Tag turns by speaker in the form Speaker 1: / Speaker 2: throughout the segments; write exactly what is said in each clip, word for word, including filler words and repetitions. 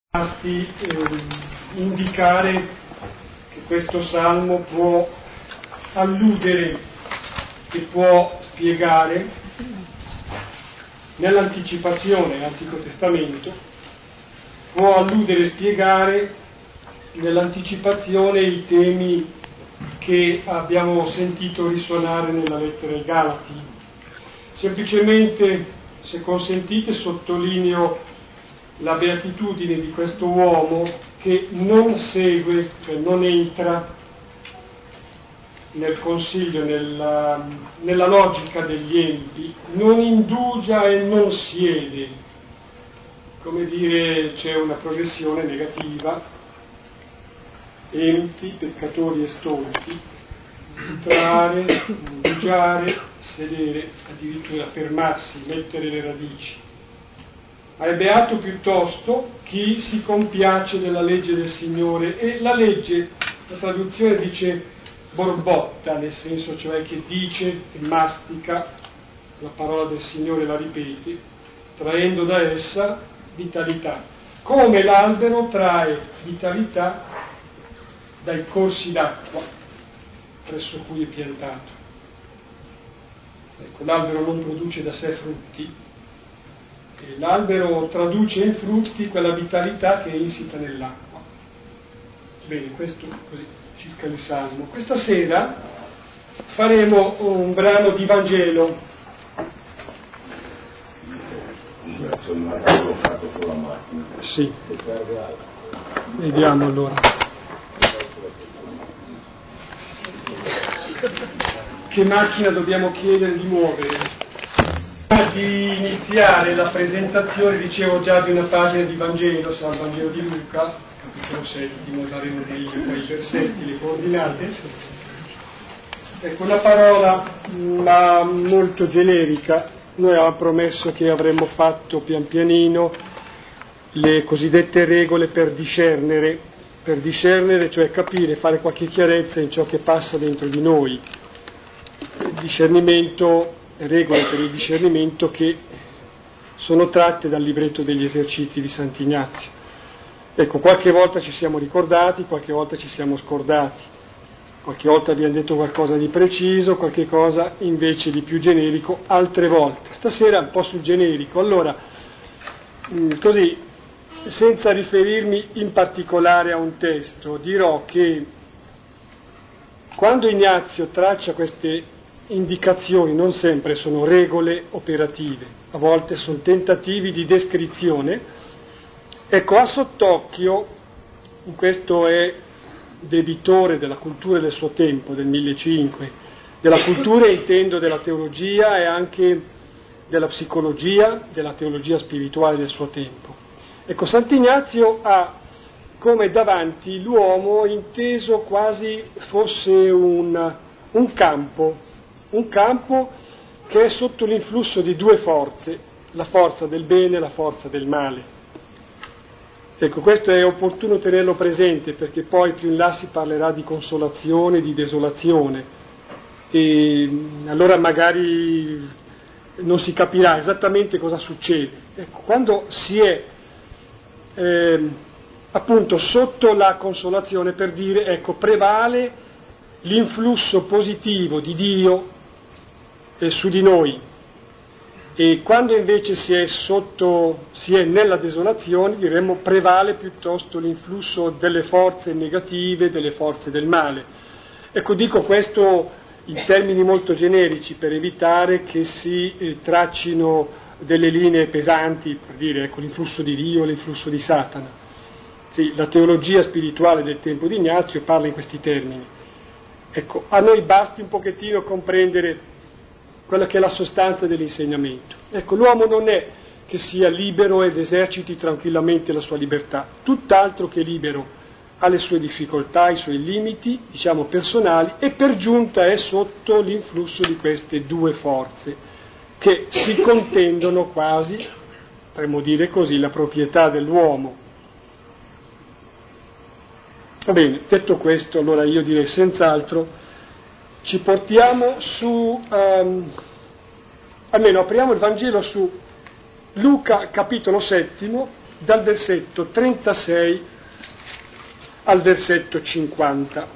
Speaker 1: Basti eh, indicare che questo salmo può alludere e può spiegare nell'anticipazione, nell'Antico Testamento, può alludere e spiegare nell'anticipazione i temi che abbiamo sentito risuonare nella lettera ai Galati. Semplicemente, se consentite, sottolineo la beatitudine di questo uomo che non segue, cioè non entra nel consiglio, nella, nella logica degli empi, non indugia e non siede. Come dire, c'è una progressione negativa, empi, peccatori e stolti, entrare, indugiare, sedere, addirittura fermarsi, mettere le radici. Ma è beato piuttosto chi si compiace della legge del Signore, e la legge, la traduzione dice borbotta, nel senso cioè che dice e mastica la parola del Signore, la ripete, traendo da essa vitalità, come l'albero trae vitalità dai corsi d'acqua presso cui è piantato. Ecco, l'albero non produce da sé frutti, e l'albero traduce in frutti quella vitalità che è insita nell'acqua. Bene, questo così, circa il Salmo. Questa sera faremo un brano di Vangelo. Sì. Vediamo allora. Che macchina dobbiamo chiedere di muovere? Di iniziare la presentazione, dicevo già, di una pagina di Vangelo, sarà il Vangelo di Luca, capitolo settimo, daremo dei poi versetti, le coordinate. Ecco, una parola ma molto generica. Noi avevamo promesso che avremmo fatto pian pianino le cosiddette regole per discernere, per discernere, cioè capire, fare qualche chiarezza in ciò che passa dentro di noi. Il discernimento, regole per il discernimento che sono tratte dal libretto degli esercizi di Sant'Ignazio. Ecco, qualche volta ci siamo ricordati, qualche volta ci siamo scordati, qualche volta abbiamo detto qualcosa di preciso, qualche cosa invece di più generico altre volte. Stasera un po' sul generico. Allora, così, senza riferirmi in particolare a un testo, dirò che quando Ignazio traccia queste indicazioni, non sempre sono regole operative, a volte sono tentativi di descrizione, ecco, a sott'occhio, questo è debitore della cultura del suo tempo, del millecinquecento, della cultura intendo della teologia e anche della psicologia, della teologia spirituale del suo tempo. Ecco, Sant'Ignazio ha come davanti l'uomo inteso quasi fosse un, un campo, un campo che è sotto l'influsso di due forze, la forza del bene e la forza del male. Ecco, questo è opportuno tenerlo presente, perché poi più in là si parlerà di consolazione, di desolazione, e allora magari non si capirà esattamente cosa succede. Ecco, quando si è eh, appunto sotto la consolazione, per dire, ecco, prevale l'influsso positivo di Dio su di noi, e quando invece si è sotto, si è nella desolazione, diremmo prevale piuttosto l'influsso delle forze negative, delle forze del male. Ecco, dico questo in termini molto generici per evitare che si eh, traccino delle linee pesanti, per dire, ecco, l'influsso di Dio, l'influsso di Satana. Sì, la teologia spirituale del tempo di Ignazio parla in questi termini. Ecco, a noi basti un pochettino comprendere quella che è la sostanza dell'insegnamento. Ecco, l'uomo non è che sia libero ed eserciti tranquillamente la sua libertà, tutt'altro che libero, ha le sue difficoltà, i suoi limiti, diciamo, personali, e per giunta è sotto l'influsso di queste due forze che si contendono quasi, potremmo dire così, la proprietà dell'uomo. Va bene, detto questo, allora io direi senz'altro ci portiamo su, um, almeno apriamo il Vangelo su Luca capitolo settimo, dal versetto trentasei al versetto cinquanta.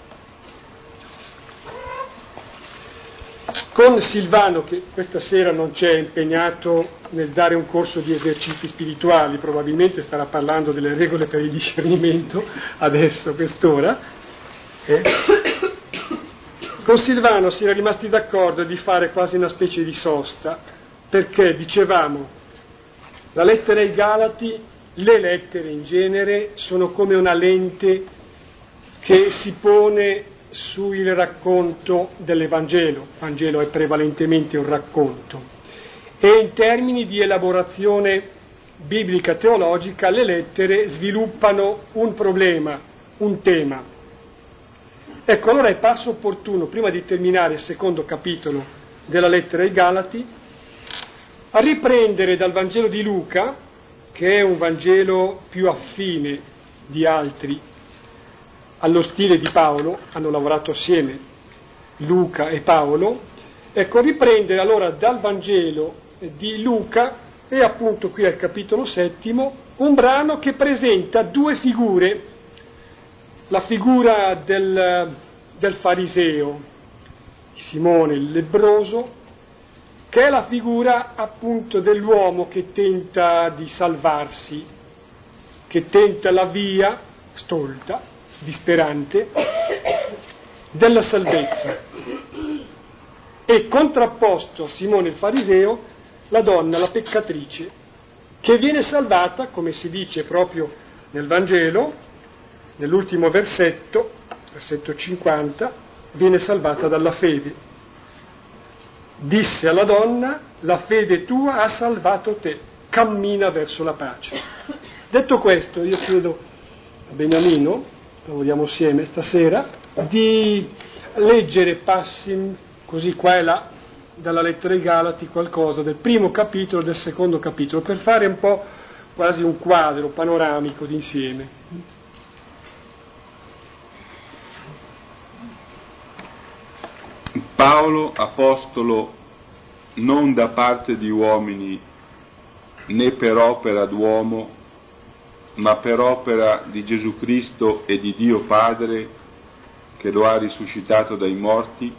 Speaker 1: Con Silvano, che questa sera non c'è impegnato nel dare un corso di esercizi spirituali, probabilmente starà parlando delle regole per il discernimento adesso, quest'ora, eh? Con Silvano si era rimasti d'accordo di fare quasi una specie di sosta, perché dicevamo, la lettera ai Galati, le lettere in genere, sono come una lente che si pone sul racconto dell'Evangelo. Il Vangelo è prevalentemente un racconto, e in termini di elaborazione biblica teologica le lettere sviluppano un problema, un tema. Ecco, allora è passo opportuno, prima di terminare il secondo capitolo della lettera ai Galati, a riprendere dal Vangelo di Luca, che è un Vangelo più affine di altri allo stile di Paolo, hanno lavorato assieme Luca e Paolo, ecco, riprendere allora dal Vangelo di Luca, e appunto qui al capitolo settimo, un brano che presenta due figure, la figura del, del fariseo, Simone il lebbroso, che è la figura appunto dell'uomo che tenta di salvarsi, che tenta la via stolta, disperante, della salvezza, e contrapposto a Simone il fariseo la donna, la peccatrice, che viene salvata, come si dice proprio nel Vangelo, nell'ultimo versetto, versetto cinquanta, viene salvata dalla fede. Disse alla donna, la fede tua ha salvato te, cammina verso la pace. Detto questo, io chiedo a Beniamino, lavoriamo assieme stasera, di leggere passi così qua e là dalla lettera ai Galati, qualcosa del primo capitolo e del secondo capitolo, per fare un po' quasi un quadro panoramico d'insieme.
Speaker 2: Paolo, apostolo, non da parte di uomini né per opera d'uomo, ma per opera di Gesù Cristo e di Dio Padre, che lo ha risuscitato dai morti,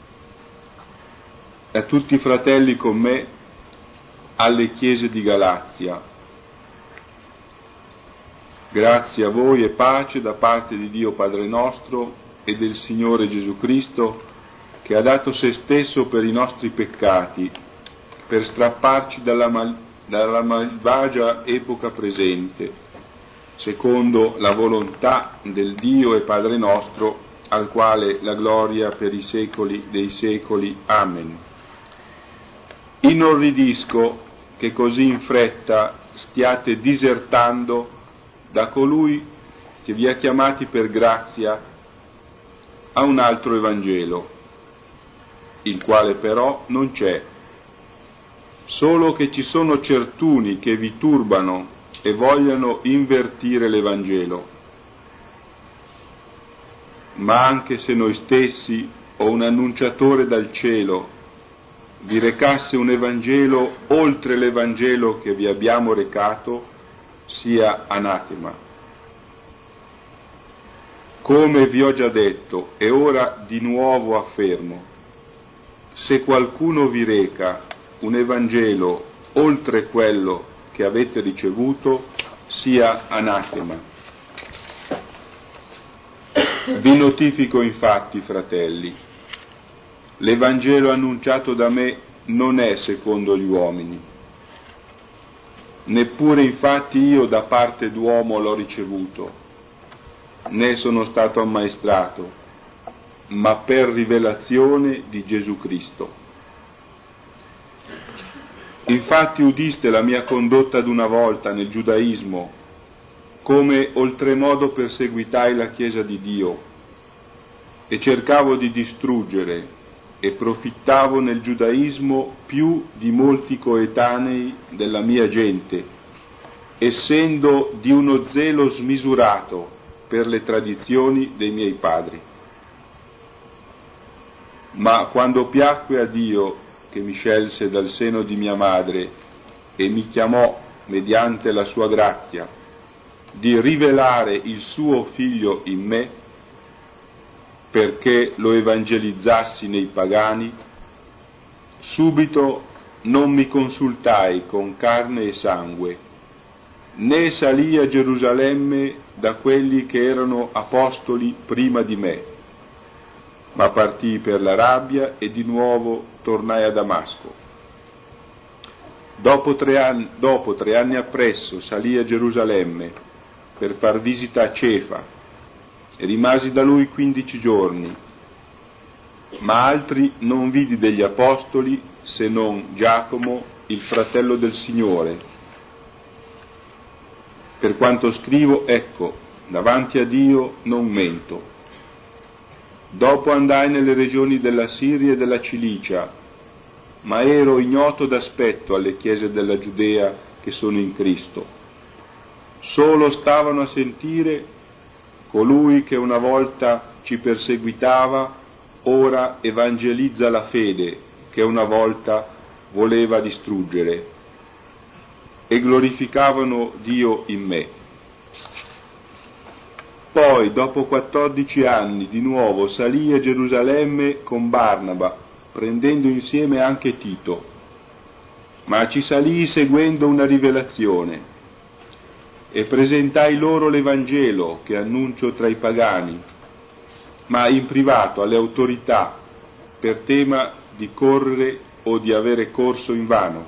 Speaker 2: e a tutti i fratelli con me alle chiese di Galazia. Grazie a voi e pace da parte di Dio Padre nostro e del Signore Gesù Cristo, che ha dato se stesso per i nostri peccati, per strapparci dalla, mal- dalla malvagia epoca presente, secondo la volontà del Dio e Padre nostro, al quale la gloria per i secoli dei secoli. Amen. Inorridisco che così in fretta stiate disertando da colui che vi ha chiamati per grazia a un altro Evangelo, il quale però non c'è, solo che ci sono certuni che vi turbano e vogliono invertire l'Evangelo. Ma anche se noi stessi o un annunciatore dal cielo vi recasse un Evangelo oltre l'Evangelo che vi abbiamo recato, sia anatema. Come vi ho già detto, e ora di nuovo affermo, se qualcuno vi reca un Evangelo oltre quello che avete ricevuto, sia anatema. Vi notifico infatti, fratelli, l'Evangelo annunciato da me non è secondo gli uomini, neppure infatti io da parte d'uomo l'ho ricevuto, né sono stato ammaestrato, ma per rivelazione di Gesù Cristo. Infatti udiste la mia condotta d'una volta nel giudaismo, come oltremodo perseguitai la Chiesa di Dio, e cercavo di distruggere, e profittavo nel giudaismo più di molti coetanei della mia gente, essendo di uno zelo smisurato per le tradizioni dei miei padri. Ma quando piacque a Dio, che mi scelse dal seno di mia madre e mi chiamò mediante la sua grazia, di rivelare il suo figlio in me, perché lo evangelizzassi nei pagani, subito non mi consultai con carne e sangue, né salì a Gerusalemme da quelli che erano apostoli prima di me, ma partii per l'Arabia e di nuovo tornai a Damasco. Dopo tre anni, dopo tre anni appresso salì a Gerusalemme per far visita a Cefa e rimasi da lui quindici giorni, ma altri non vidi degli apostoli se non Giacomo, il fratello del Signore. Per quanto scrivo, ecco, davanti a Dio non mento. Dopo andai nelle regioni della Siria e della Cilicia, ma ero ignoto d'aspetto alle chiese della Giudea che sono in Cristo. Solo stavano a sentire: colui che una volta ci perseguitava, ora evangelizza la fede che una volta voleva distruggere, e glorificavano Dio in me. Poi, dopo quattordici anni, di nuovo salì a Gerusalemme con Barnaba, prendendo insieme anche Tito, ma ci salii seguendo una rivelazione, e presentai loro l'Evangelo che annuncio tra i pagani, ma in privato alle autorità, per tema di correre o di avere corso invano.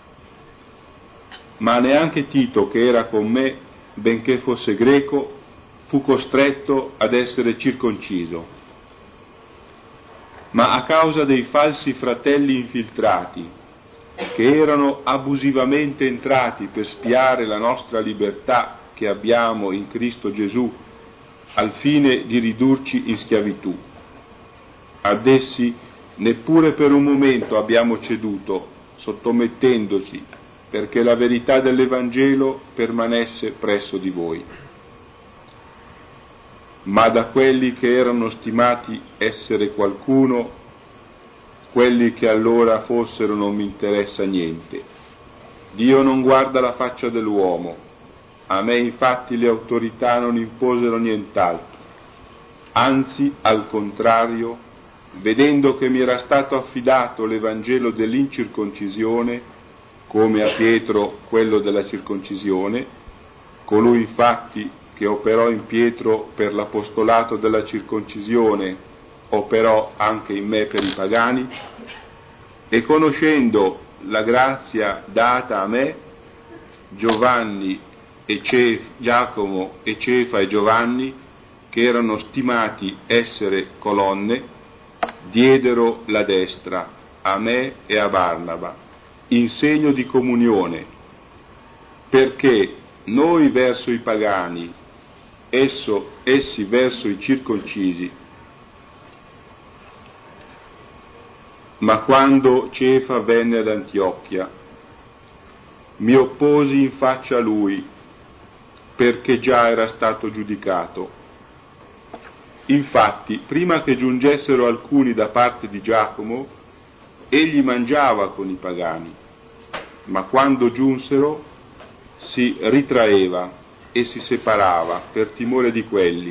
Speaker 2: Ma neanche Tito, che era con me, benché fosse greco, fu costretto ad essere circonciso. Ma a causa dei falsi fratelli infiltrati, che erano abusivamente entrati per spiare la nostra libertà che abbiamo in Cristo Gesù, al fine di ridurci in schiavitù, ad essi neppure per un momento abbiamo ceduto, sottomettendoci, perché la verità dell'Evangelo permanesse presso di voi. Ma da quelli che erano stimati essere qualcuno, quelli che allora fossero non mi interessa niente. Dio non guarda la faccia dell'uomo, a me infatti le autorità non imposero nient'altro, anzi al contrario, vedendo che mi era stato affidato l'Evangelo dell'incirconcisione, come a Pietro quello della circoncisione, colui infatti che operò in Pietro per l'apostolato della circoncisione, operò anche in me per i pagani, e conoscendo la grazia data a me, Giovanni e Cef, Giacomo e Cefa e Giovanni, che erano stimati essere colonne, diedero la destra a me e a Barnaba, in segno di comunione, perché noi verso i pagani, esso, essi verso i circoncisi. Ma quando Cefa venne ad Antiochia, mi opposi in faccia a lui, perché già era stato giudicato. Infatti, prima che giungessero alcuni da parte di Giacomo, egli mangiava con i pagani, ma quando giunsero si ritraeva e si separava per timore di quelli,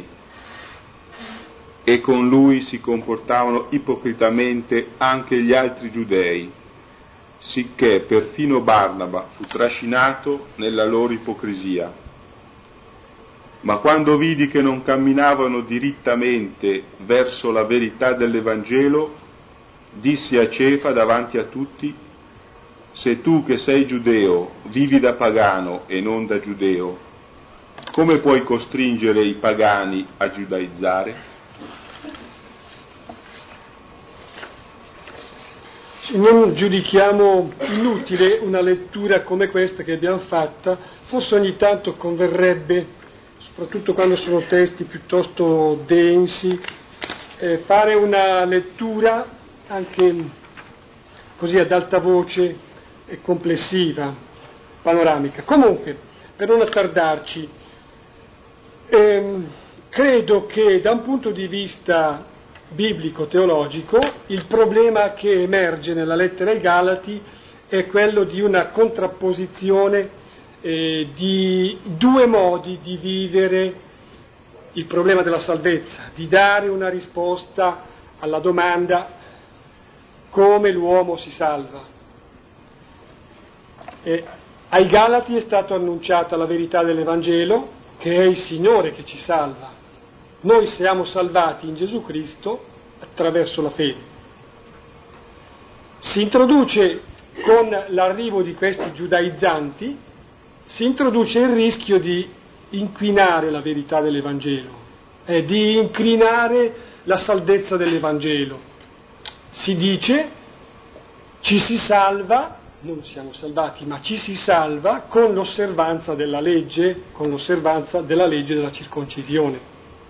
Speaker 2: e con lui si comportavano ipocritamente anche gli altri giudei, sicché perfino Barnaba fu trascinato nella loro ipocrisia. Ma quando vidi che non camminavano dirittamente verso la verità dell'Evangelo, dissi a Cefa davanti a tutti: se tu che sei giudeo vivi da pagano e non da giudeo, come puoi costringere i pagani a giudaizzare?
Speaker 1: Non giudichiamo inutile una lettura come questa che abbiamo fatta, forse ogni tanto converrebbe, soprattutto quando sono testi piuttosto densi, eh, fare una lettura anche così ad alta voce e complessiva, panoramica. Comunque, per non attardarci, ehm, credo che da un punto di vista biblico-teologico il problema che emerge nella lettera ai Galati è quello di una contrapposizione eh, di due modi di vivere il problema della salvezza, di dare una risposta alla domanda come l'uomo si salva. E ai Galati è stata annunciata la verità dell'Evangelo, che è il Signore che ci salva. Noi siamo salvati in Gesù Cristo attraverso la fede. Si introduce, con l'arrivo di questi giudaizzanti, si introduce il rischio di inquinare la verità dell'Evangelo, eh, di incrinare la salvezza dell'Evangelo. Si dice, ci si salva, non siamo salvati, ma ci si salva con l'osservanza della legge, con l'osservanza della legge della circoncisione.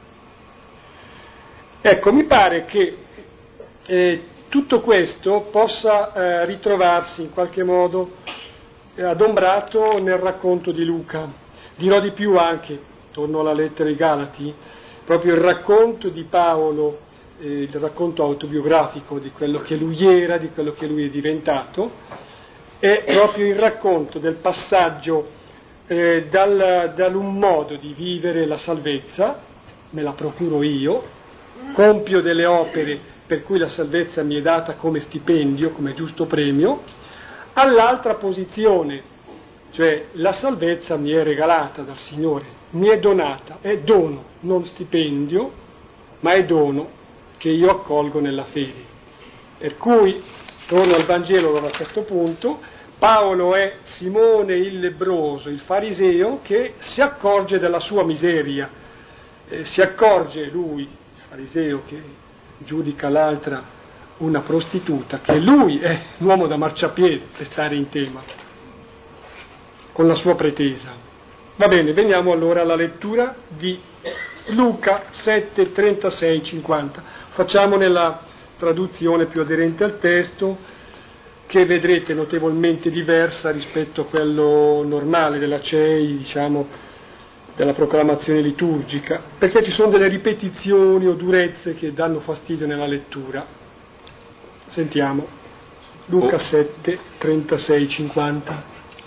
Speaker 1: Ecco, mi pare che eh, tutto questo possa eh, ritrovarsi in qualche modo eh, adombrato nel racconto di Luca. Dirò di più anche, torno alla lettera ai Galati, proprio il racconto di Paolo, eh, il racconto autobiografico di quello che lui era, di quello che lui è diventato, è proprio il racconto del passaggio eh, dal, dall'un modo di vivere la salvezza, me la procuro io, compio delle opere per cui la salvezza mi è data come stipendio, come giusto premio, all'altra posizione, cioè la salvezza mi è regalata dal Signore, mi è donata, è dono, non stipendio, ma è dono che io accolgo nella fede. Per cui, torno al Vangelo da questo punto, Paolo è Simone il lebbroso, il fariseo, che si accorge della sua miseria, eh, si accorge lui, il fariseo che giudica l'altra una prostituta, che lui è l'uomo da marciapiede, per stare in tema, con la sua pretesa. Va bene, veniamo allora alla lettura di Luca sette, trentasei, cinquanta. Facciamo nella traduzione più aderente al testo, che vedrete notevolmente diversa rispetto a quello normale della C E I, diciamo, della proclamazione liturgica, perché ci sono delle ripetizioni o durezze che danno fastidio nella lettura. Sentiamo, Luca sette, trentasei, cinquanta.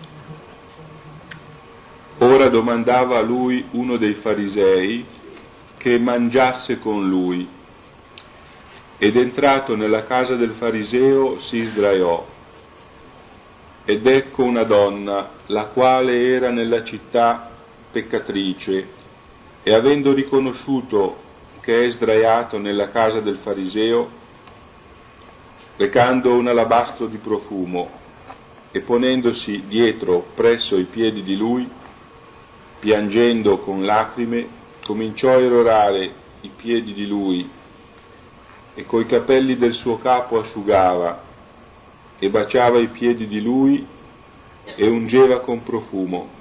Speaker 2: Ora domandava a lui uno dei farisei che mangiasse con lui, ed entrato nella casa del fariseo si sdraiò. Ed ecco una donna, la quale era nella città peccatrice, e avendo riconosciuto che è sdraiato nella casa del fariseo, recando un alabastro di profumo e ponendosi dietro presso i piedi di lui, piangendo con lacrime, cominciò a erorare i piedi di lui e coi capelli del suo capo asciugava e baciava i piedi di lui e ungeva con profumo.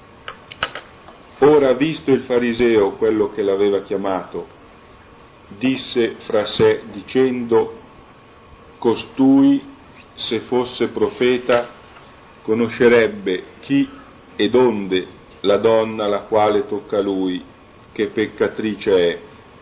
Speaker 2: Ora, visto il fariseo quello che l'aveva chiamato, disse fra sé dicendo: costui, se fosse profeta, conoscerebbe chi ed onde la donna la quale tocca lui, che peccatrice è.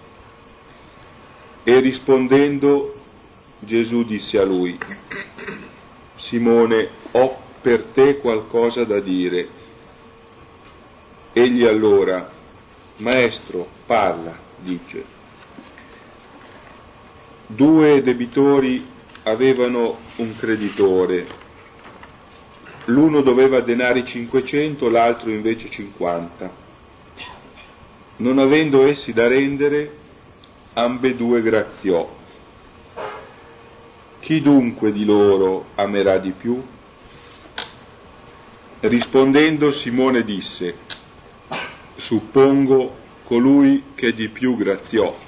Speaker 2: E rispondendo Gesù disse a lui: Simone, ho per te qualcosa da dire. Egli allora: Maestro, parla, dice. Due debitori avevano un creditore. L'uno doveva denari cinquecento, l'altro invece cinquanta. Non avendo essi da rendere, ambedue graziò. Chi dunque di loro amerà di più? Rispondendo Simone disse: suppongo colui che di più graziò.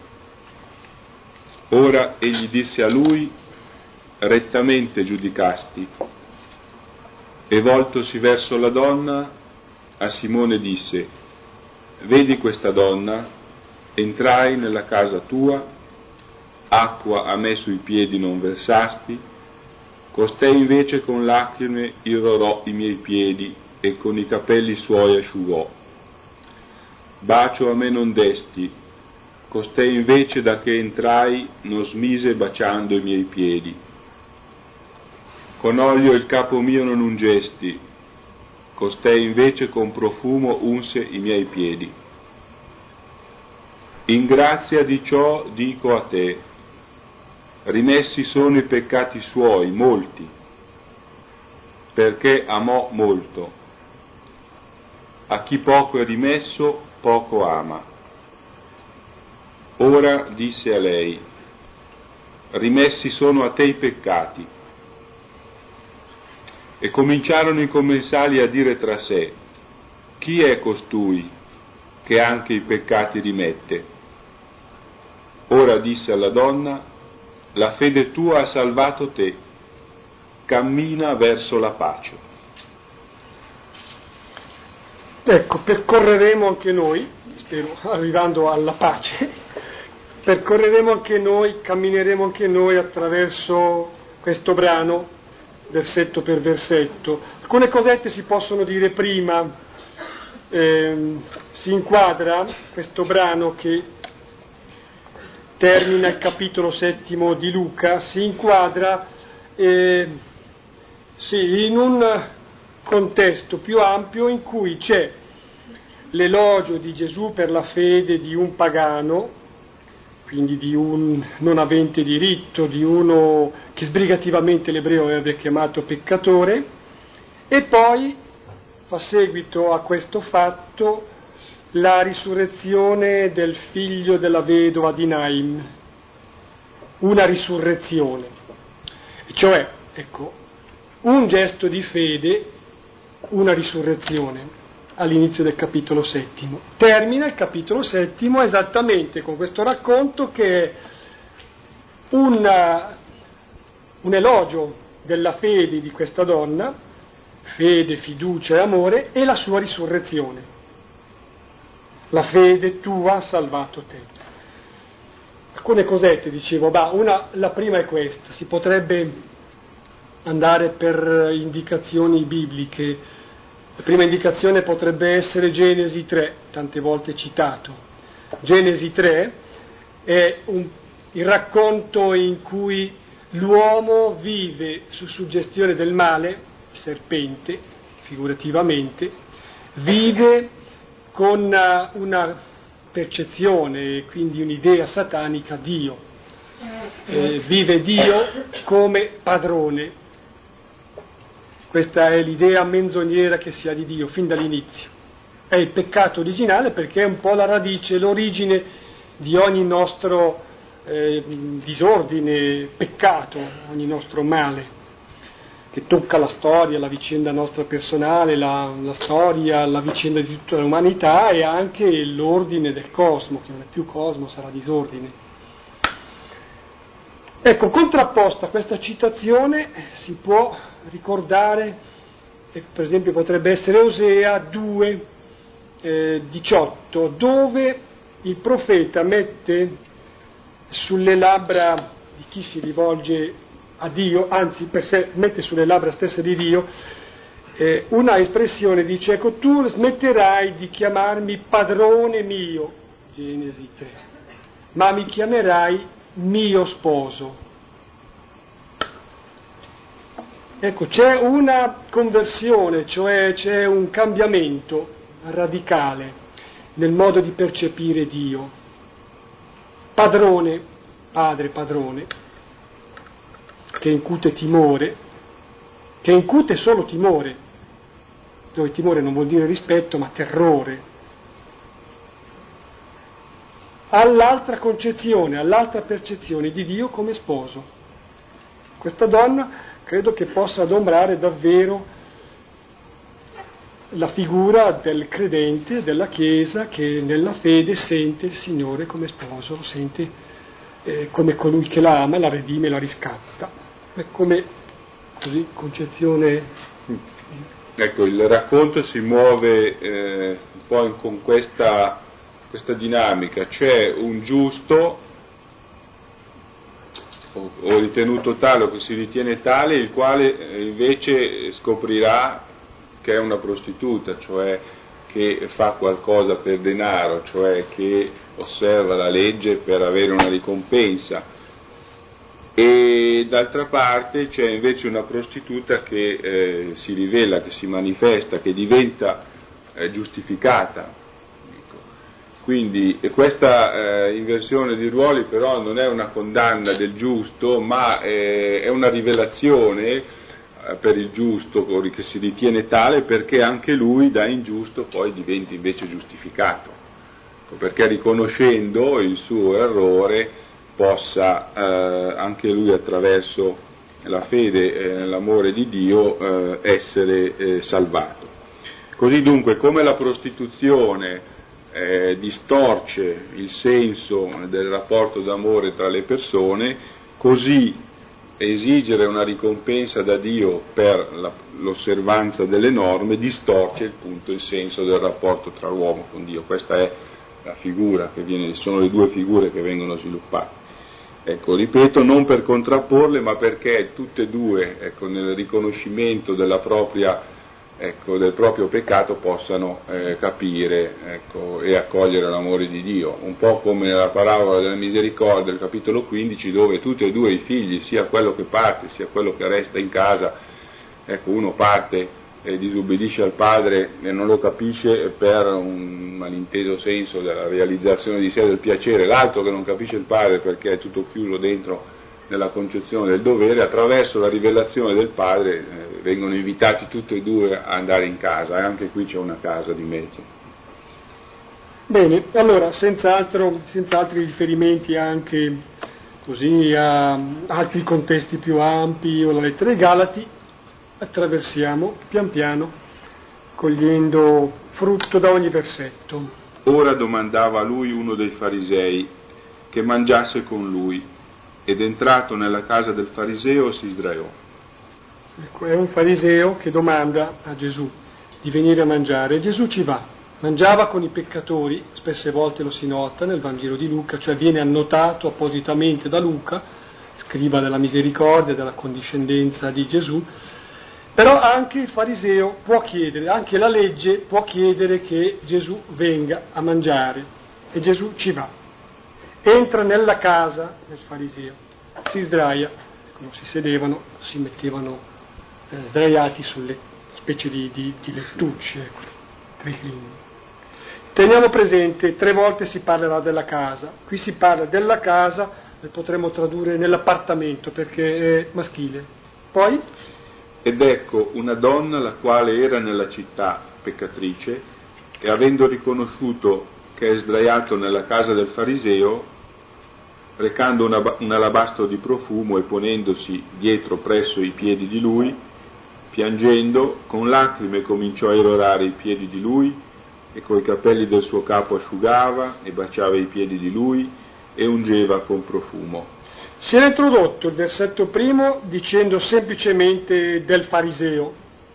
Speaker 2: Ora egli disse a lui: rettamente giudicasti. E voltosi verso la donna, a Simone disse: vedi questa donna? Entrai nella casa tua, acqua a me sui piedi non versasti, costei invece con lacrime irrorò i miei piedi e con i capelli suoi asciugò. Bacio a me non desti, costei invece da che entrai non smise baciando i miei piedi. Con olio il capo mio non ungesti, costei invece con profumo unse i miei piedi. In grazia di ciò dico a te, rimessi sono i peccati suoi, molti, perché amò molto. A chi poco è rimesso, poco ama. Ora disse a lei, rimessi sono a te i peccati. E cominciarono i commensali a dire tra sé, chi è costui che anche i peccati rimette? Ora disse alla donna, la fede tua ha salvato te, cammina verso la pace.
Speaker 1: Ecco, percorreremo anche noi, spero arrivando alla pace, percorreremo anche noi, cammineremo anche noi attraverso questo brano, versetto per versetto. Alcune cosette si possono dire prima, eh, si inquadra questo brano che termina il capitolo settimo di Luca, si inquadra eh, sì, in un contesto più ampio in cui c'è l'elogio di Gesù per la fede di un pagano, quindi di un non avente diritto, di uno che sbrigativamente l'ebreo aveva chiamato peccatore, e poi fa seguito a questo fatto la risurrezione del figlio della vedova di Naim, una risurrezione, cioè, ecco, un gesto di fede, una risurrezione all'inizio del capitolo settimo. Termina il capitolo settimo esattamente con questo racconto che è una, un elogio della fede di questa donna, fede, fiducia e amore, e la sua risurrezione. La fede tua ha salvato te. Alcune cosette dicevo, bah, una, la prima è questa, si potrebbe andare per indicazioni bibliche. La prima indicazione potrebbe essere Genesi tre, tante volte citato. Genesi tre è un, il racconto in cui l'uomo vive su suggestione del male, il serpente, figurativamente, vive con una, una percezione, quindi un'idea satanica, Dio. Eh, vive Dio come padrone. Questa è l'idea menzognera che si ha di Dio fin dall'inizio. È il peccato originale perché è un po' la radice, l'origine di ogni nostro eh, disordine, peccato, ogni nostro male, che tocca la storia, la vicenda nostra personale, la, la storia, la vicenda di tutta l'umanità e anche l'ordine del cosmo, che non è più cosmo, sarà disordine. Ecco, contrapposta a questa citazione si può ricordare, eh, per esempio potrebbe essere Osea due, eh, diciotto, dove il profeta mette sulle labbra di chi si rivolge a Dio, anzi per sé mette sulle labbra stesse di Dio, eh, una espressione, dice, ecco, tu smetterai di chiamarmi padrone mio, Genesi tre, ma mi chiamerai mio sposo. Ecco, c'è una conversione, cioè c'è un cambiamento radicale nel modo di percepire Dio. Padrone, padre, padrone, che incute timore, che incute solo timore, dove timore non vuol dire rispetto, ma terrore. All'altra concezione, all'altra percezione di Dio come sposo. Questa donna credo che possa adombrare davvero la figura del credente, della Chiesa, che nella fede sente il Signore come sposo, lo sente eh, come colui che la ama, la redime, la riscatta. È come, così, concezione...
Speaker 2: Ecco, il racconto si muove eh, un po' in, con questa... questa dinamica, c'è un giusto o, o ritenuto tale o che si ritiene tale, il quale invece scoprirà che è una prostituta, cioè che fa qualcosa per denaro, cioè che osserva la legge per avere una ricompensa, E d'altra parte c'è invece una prostituta che eh, si rivela, che si manifesta, che diventa eh, giustificata. Quindi questa eh, inversione di ruoli però non è una condanna del giusto, ma eh, è una rivelazione eh, per il giusto, che si ritiene tale, perché anche lui da ingiusto poi diventa invece giustificato, perché riconoscendo il suo errore possa eh, anche lui attraverso la fede e eh, l'amore di Dio eh, essere eh, salvato. Così dunque, come la prostituzione Eh, distorce il senso del rapporto d'amore tra le persone, così esigere una ricompensa da Dio per la, l'osservanza delle norme distorce appunto il senso del rapporto tra l'uomo con Dio. Questa è la figura che viene, sono le due figure che vengono sviluppate. Ecco, ripeto, non per contrapporle, ma perché tutte e due, ecco, nel riconoscimento della propria Ecco, del proprio peccato possano eh, capire ecco, e accogliere l'amore di Dio, un po' come nella parabola della misericordia del capitolo quindici, dove tutti e due i figli, sia quello che parte sia quello che resta in casa, ecco, uno parte e disobbedisce al padre e non lo capisce per un malinteso senso della realizzazione di sé del piacere, l'altro che non capisce il padre perché è tutto chiuso dentro nella concezione del dovere, attraverso la rivelazione del padre eh, vengono invitati tutti e due a andare in casa, e anche qui c'è una casa di mezzo.
Speaker 1: Bene, allora senz'altro, senza altri riferimenti anche così a altri contesti più ampi o la lettera ai Galati, attraversiamo pian piano cogliendo frutto da ogni versetto.
Speaker 2: Ora domandava a lui uno dei farisei che mangiasse con lui, ed entrato nella casa del fariseo si sdraiò.
Speaker 1: Ecco, è un fariseo che domanda a Gesù di venire a mangiare, e Gesù ci va. Mangiava con i peccatori, spesse volte lo si nota nel Vangelo di Luca, cioè viene annotato appositamente da Luca, scriba della misericordia, della condiscendenza di Gesù, però anche il fariseo può chiedere, anche la legge può chiedere che Gesù venga a mangiare, e Gesù ci va. Entra nella casa del fariseo, si sdraia, non si sedevano, si mettevano eh, sdraiati sulle specie di, di, di lettucce, ecco, triclini. Teniamo presente, tre volte si parlerà della casa, qui si parla della casa, le potremmo tradurre nell'appartamento perché è maschile. Poi?
Speaker 2: Ed ecco una donna la quale era nella città peccatrice, e avendo riconosciuto che è sdraiato nella casa del fariseo, recando una, un alabastro di profumo e ponendosi dietro presso i piedi di lui, piangendo, con lacrime cominciò a irorare i piedi di lui, e coi capelli del suo capo asciugava e baciava i piedi di lui e ungeva con profumo.
Speaker 1: Si era introdotto il versetto primo dicendo semplicemente del fariseo,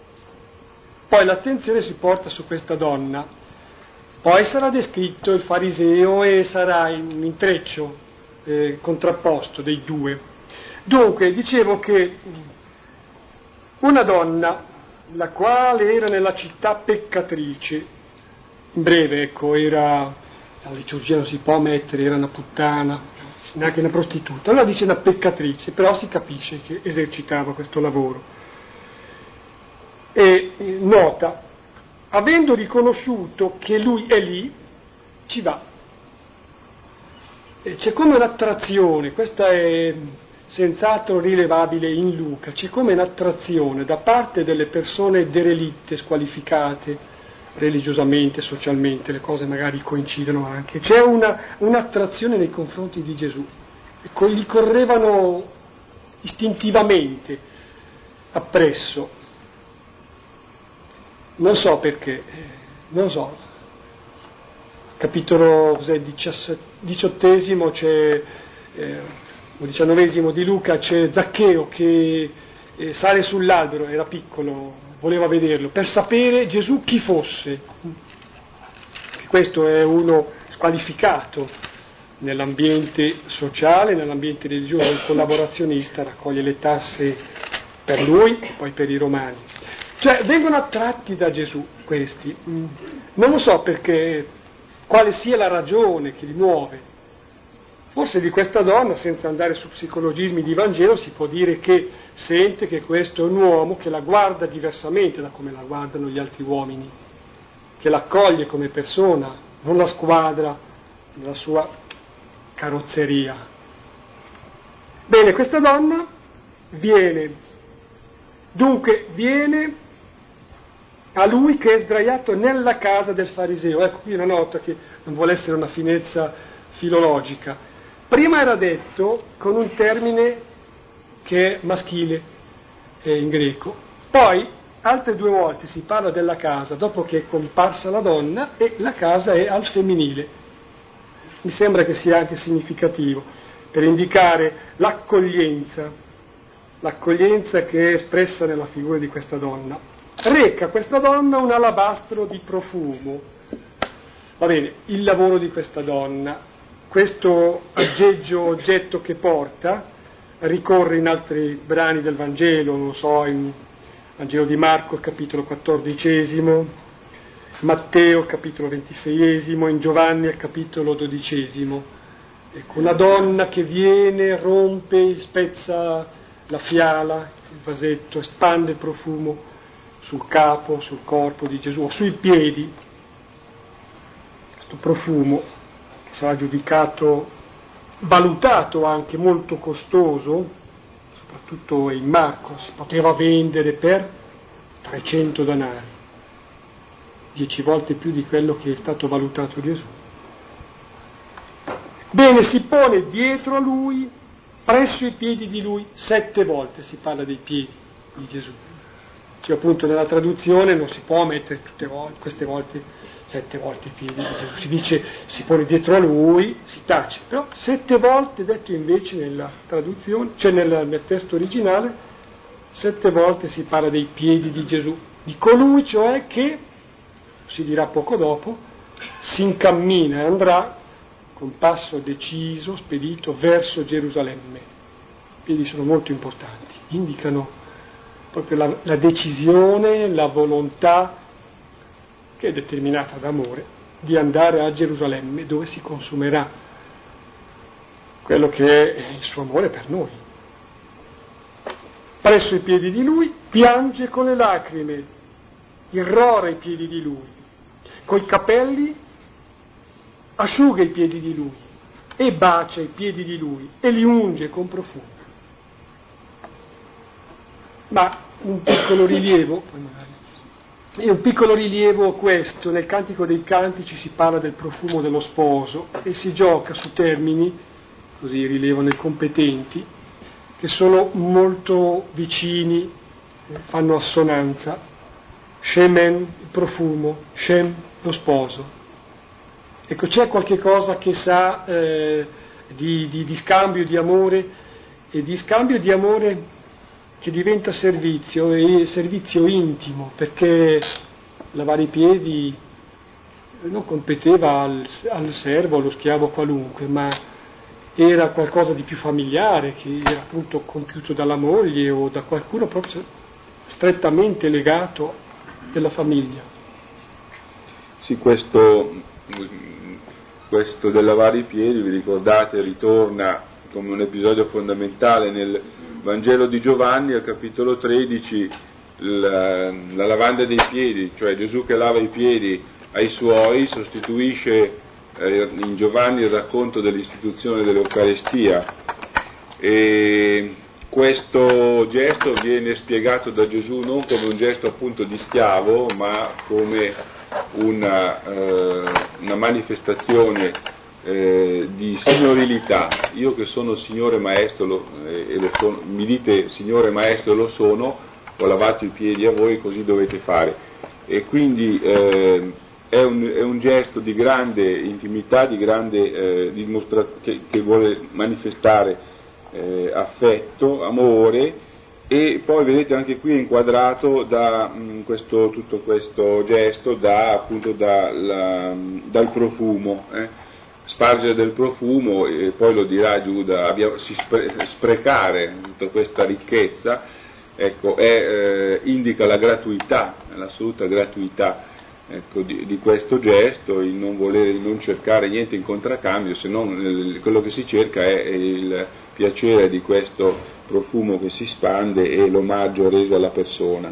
Speaker 1: poi l'attenzione si porta su questa donna. Poi sarà descritto il fariseo e sarà un intreccio eh, contrapposto dei due. Dunque, dicevo che una donna, la quale era nella città peccatrice, in breve, ecco, era, la liturgia non si può mettere, era una puttana, neanche una prostituta, allora dice una peccatrice, però si capisce che esercitava questo lavoro. E eh, nota, avendo riconosciuto che lui è lì, ci va. E c'è come un'attrazione, questa è senz'altro rilevabile in Luca, c'è come un'attrazione da parte delle persone derelitte, squalificate, religiosamente, socialmente, le cose magari coincidono anche, c'è una, un'attrazione nei confronti di Gesù, ecco, gli correvano istintivamente appresso. Non so perché, non so, capitolo cos'è, diciottesimo c'è, eh, o diciannovesimo di Luca, c'è Zaccheo che eh, sale sull'albero, era piccolo, voleva vederlo, per sapere Gesù chi fosse. Questo è uno squalificato nell'ambiente sociale, nell'ambiente religioso, un collaborazionista, raccoglie le tasse per lui e poi per i romani. Cioè, vengono attratti da Gesù questi, non lo so perché, quale sia la ragione che li muove, Forse di questa donna, senza andare su psicologismi di Vangelo, si può dire che sente che questo è un uomo che la guarda diversamente da come la guardano gli altri uomini, che l'accoglie come persona, non la squadra nella sua carrozzeria. Bene, questa donna viene, dunque viene a lui che è sdraiato nella casa del fariseo. Ecco, qui una nota che non vuole essere una finezza filologica. Prima era detto con un termine che è maschile eh, in greco, poi altre due volte si parla della casa dopo che è comparsa la donna e la casa è al femminile. Mi sembra che sia anche significativo per indicare l'accoglienza, l'accoglienza che è espressa nella figura di questa donna. Reca questa donna un alabastro di profumo. Va bene, il lavoro di questa donna. Questo aggeggio oggetto che porta ricorre in altri brani del Vangelo, non so, in Vangelo di Marco, capitolo quattordicesimo, Matteo, capitolo ventiseiesimo, in Giovanni, al capitolo dodicesimo. Ecco, una donna che viene, rompe, spezza la fiala, il vasetto, espande il profumo sul capo, sul corpo di Gesù, o sui piedi. Questo profumo sarà giudicato, valutato anche molto costoso, soprattutto in Marco, si poteva vendere per trecento danari, dieci volte più di quello che è stato valutato Gesù. Bene, si pone dietro a lui, presso i piedi di lui, sette volte si parla dei piedi di Gesù. Cioè, appunto nella traduzione non si può mettere tutte volte, queste volte sette volte i piedi di Gesù, si dice si pone dietro a lui, si tace, però sette volte detto invece nella traduzione, cioè nel, nel testo originale, sette volte si parla dei piedi di Gesù, di colui cioè che, si dirà poco dopo, si incammina e andrà con passo deciso, spedito verso Gerusalemme. I piedi sono molto importanti, indicano proprio la, la decisione, la volontà che è determinata d'amore, di andare a Gerusalemme dove si consumerà quello che è il suo amore per noi. Presso i piedi di lui piange con le lacrime, irrora i piedi di lui, coi capelli asciuga i piedi di lui e bacia i piedi di lui e li unge con profumo. Ma un piccolo rilievo, poi magari E un piccolo rilievo questo, nel Cantico dei Cantici si parla del profumo dello sposo e si gioca su termini, così rilevano i competenti, che sono molto vicini, fanno assonanza. Shemen, il profumo, Shem, lo sposo. Ecco, c'è qualche cosa che sa eh, di, di, di scambio di amore e di scambio di amore che diventa servizio, e servizio intimo, perché lavare i piedi non competeva al, al servo, allo schiavo qualunque, ma era qualcosa di più familiare, che era appunto compiuto dalla moglie o da qualcuno proprio strettamente legato della famiglia.
Speaker 2: Sì, questo, questo del lavare i piedi, vi ricordate, ritorna come un episodio fondamentale nel Vangelo di Giovanni, al capitolo tredici, la, la lavanda dei piedi, cioè Gesù che lava i piedi ai suoi, sostituisce eh, in Giovanni il racconto dell'istituzione dell'Eucaristia, e questo gesto viene spiegato da Gesù non come un gesto appunto di schiavo, ma come una, eh, una manifestazione Eh, di signorilità. Io che sono Signore Maestro lo, eh, e lo sono, mi dite Signore Maestro lo sono, ho lavato i piedi a voi, così dovete fare. E quindi eh, è, un, è un gesto di grande intimità, di grande eh, dimostra- che, che vuole manifestare eh, affetto, amore, e poi vedete anche qui è inquadrato da mh, questo, tutto questo gesto da, appunto da, la, dal profumo. Eh. Spargere del profumo, e poi lo dirà Giuda, abbia, si spre, sprecare tutta questa ricchezza, ecco, è, eh, indica la gratuità, l'assoluta gratuità ecco, di, di questo gesto, il non volere, il non cercare niente in contraccambio, se non il, quello che si cerca è il piacere di questo profumo che si spande e l'omaggio reso alla persona.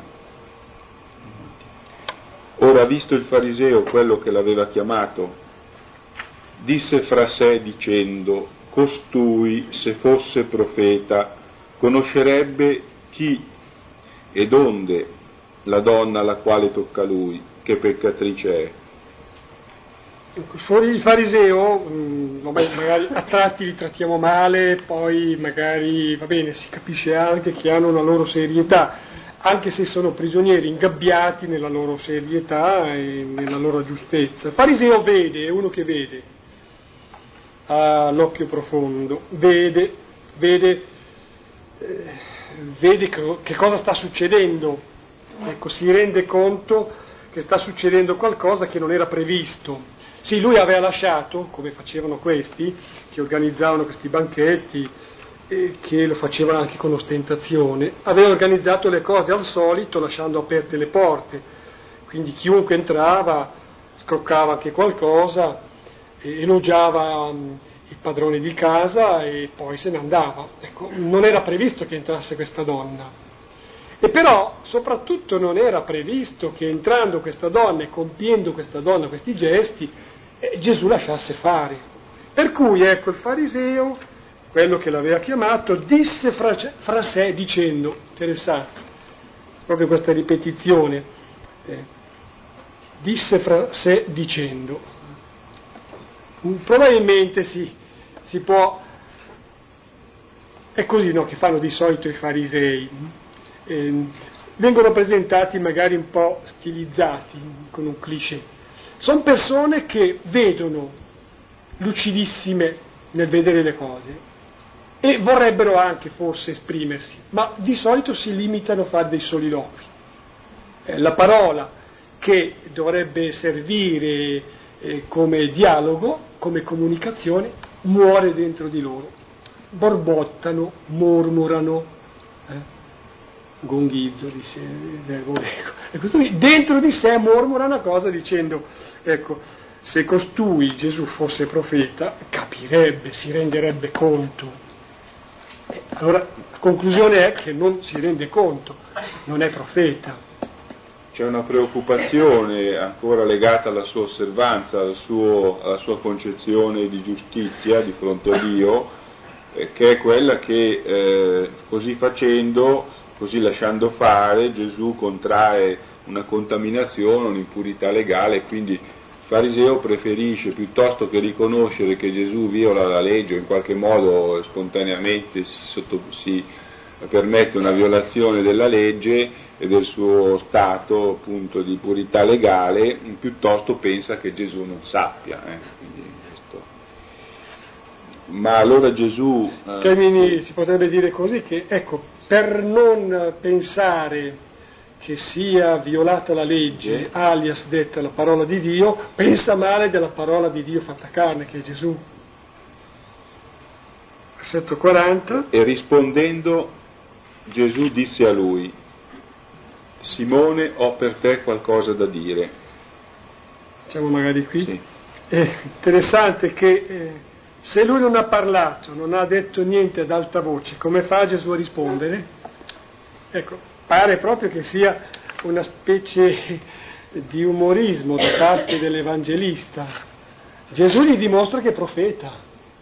Speaker 2: Ora, visto il fariseo quello che l'aveva chiamato, disse fra sé dicendo: costui, se fosse profeta, conoscerebbe chi e donde la donna alla quale tocca lui, che peccatrice è.
Speaker 1: Fuori il fariseo, mh, vabbè, magari a tratti li trattiamo male, poi magari, va bene, si capisce anche che hanno una loro serietà, anche se sono prigionieri ingabbiati nella loro serietà e nella loro giustezza. Il fariseo vede, è uno che vede, ha l'occhio profondo, vede, vede, eh, vede che cosa sta succedendo, ecco, si rende conto che sta succedendo qualcosa che non era previsto. Sì, lui aveva lasciato, come facevano questi, che organizzavano questi banchetti, eh, che lo facevano anche con ostentazione, aveva organizzato le cose al solito lasciando aperte le porte, quindi chiunque entrava scroccava anche qualcosa, eh, elogiava um, il padrone di casa e poi se ne andava. Ecco, non era previsto che entrasse questa donna. E però soprattutto non era previsto che entrando questa donna e compiendo questa donna questi gesti, eh, Gesù lasciasse fare. Per cui ecco il fariseo, quello che l'aveva chiamato, disse fra, fra sé dicendo, interessante, proprio questa ripetizione, eh, disse fra sé dicendo, probabilmente sì, si può, è così no, che fanno di solito i farisei. Eh, vengono presentati magari un po' stilizzati con un cliché. Sono persone che vedono lucidissime nel vedere le cose e vorrebbero anche forse esprimersi, ma di solito si limitano a fare dei soliloqui. Eh, la parola che dovrebbe servire eh, come dialogo, come comunicazione, muore dentro di loro, borbottano, mormorano, eh? Gonghizzo, dice, e costui dentro di sé mormora una cosa dicendo, ecco, se costui Gesù fosse profeta capirebbe, si renderebbe conto. E allora la conclusione è che non si rende conto, non è profeta.
Speaker 2: C'è una preoccupazione ancora legata alla sua osservanza, al suo, alla sua concezione di giustizia di fronte a Dio, eh, che è quella che eh, così facendo, così lasciando fare, Gesù contrae una contaminazione, un'impurità legale, e quindi il fariseo preferisce, piuttosto che riconoscere che Gesù viola la legge o in qualche modo spontaneamente si, sotto, si permette una violazione della legge e del suo stato appunto di purità legale, piuttosto pensa che Gesù non sappia. Eh, quindi questo. Ma allora Gesù...
Speaker 1: Eh, termini, si potrebbe dire così, che ecco, per non pensare che sia violata la legge, alias detta la parola di Dio, pensa male della parola di Dio fatta carne, che è Gesù. Versetto quaranta.
Speaker 2: E rispondendo Gesù disse a lui: Simone, ho per te qualcosa da dire.
Speaker 1: Diciamo magari qui.
Speaker 2: Sì.
Speaker 1: È interessante che eh, se lui non ha parlato, non ha detto niente ad alta voce, come fa Gesù a rispondere? Ecco, pare proprio che sia una specie di umorismo da parte dell'Evangelista. Gesù gli dimostra che è profeta.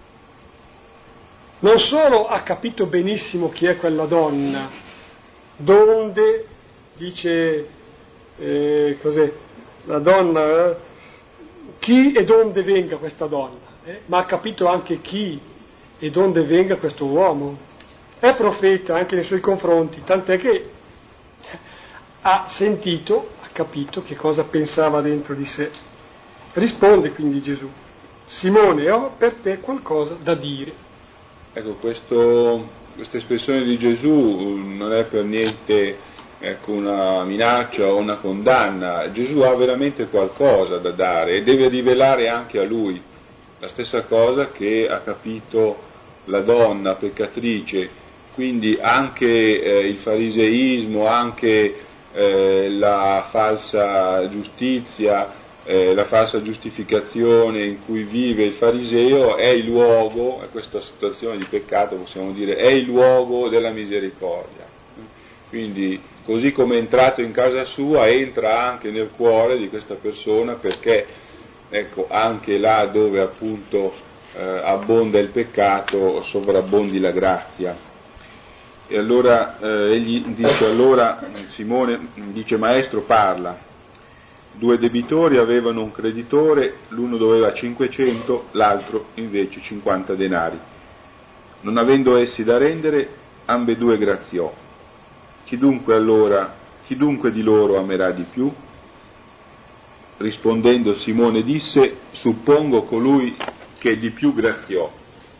Speaker 1: Non solo ha capito benissimo chi è quella donna, donde, dice, eh, cos'è, la donna, eh, chi e donde venga questa donna, eh, ma ha capito anche chi e donde venga questo uomo. È profeta anche nei suoi confronti, tant'è che ha sentito, ha capito che cosa pensava dentro di sé. Risponde quindi Gesù: Simone, ho per te qualcosa da dire.
Speaker 2: Ecco, questo, questa espressione di Gesù non è per niente ecco, una minaccia o una condanna. Gesù ha veramente qualcosa da dare e deve rivelare anche a lui la stessa cosa che ha capito la donna peccatrice. Quindi anche eh, il fariseismo, anche eh, la falsa giustizia, eh, la falsa giustificazione in cui vive il fariseo è il luogo, questa situazione di peccato possiamo dire, è il luogo della misericordia. Quindi così come è entrato in casa sua, entra anche nel cuore di questa persona, perché ecco, anche là dove appunto eh, abbonda il peccato sovrabbondi la grazia. E allora eh, egli dice, allora Simone dice: maestro, parla. Due debitori avevano un creditore, l'uno doveva cinquecento, l'altro invece cinquanta denari. Non avendo essi da rendere, ambedue graziò. Chi dunque allora, chi dunque di loro amerà di più? Rispondendo Simone disse: suppongo colui che di più graziò.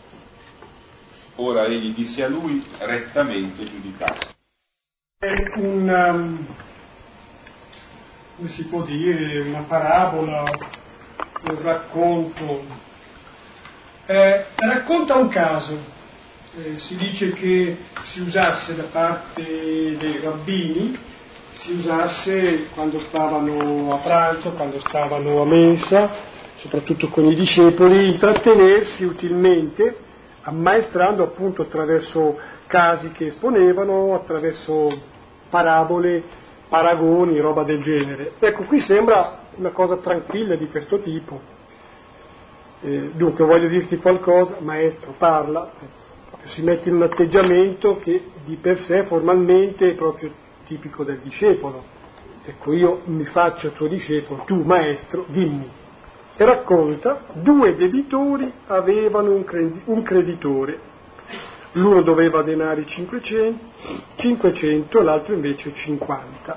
Speaker 2: Ora egli disse a lui: rettamente giudicasse.
Speaker 1: È un, um, come si può dire, una parabola, un racconto. Eh, racconta un caso. Eh, si dice che si usasse da parte dei rabbini, si usasse quando stavano a pranzo, quando stavano a mensa, soprattutto con i discepoli, intrattenersi utilmente, ammaestrando appunto attraverso casi che esponevano, attraverso parabole, paragoni, roba del genere. Ecco, qui sembra una cosa tranquilla di questo tipo. Eh, dunque, voglio dirti qualcosa, maestro, parla. Si mette in un atteggiamento che di per sé formalmente è proprio tipico del discepolo. Ecco, io mi faccio tuo discepolo, tu maestro, dimmi. E racconta: due debitori avevano un, credi- un creditore, l'uno doveva denari cinquecento, cinquecento, l'altro invece cinquanta.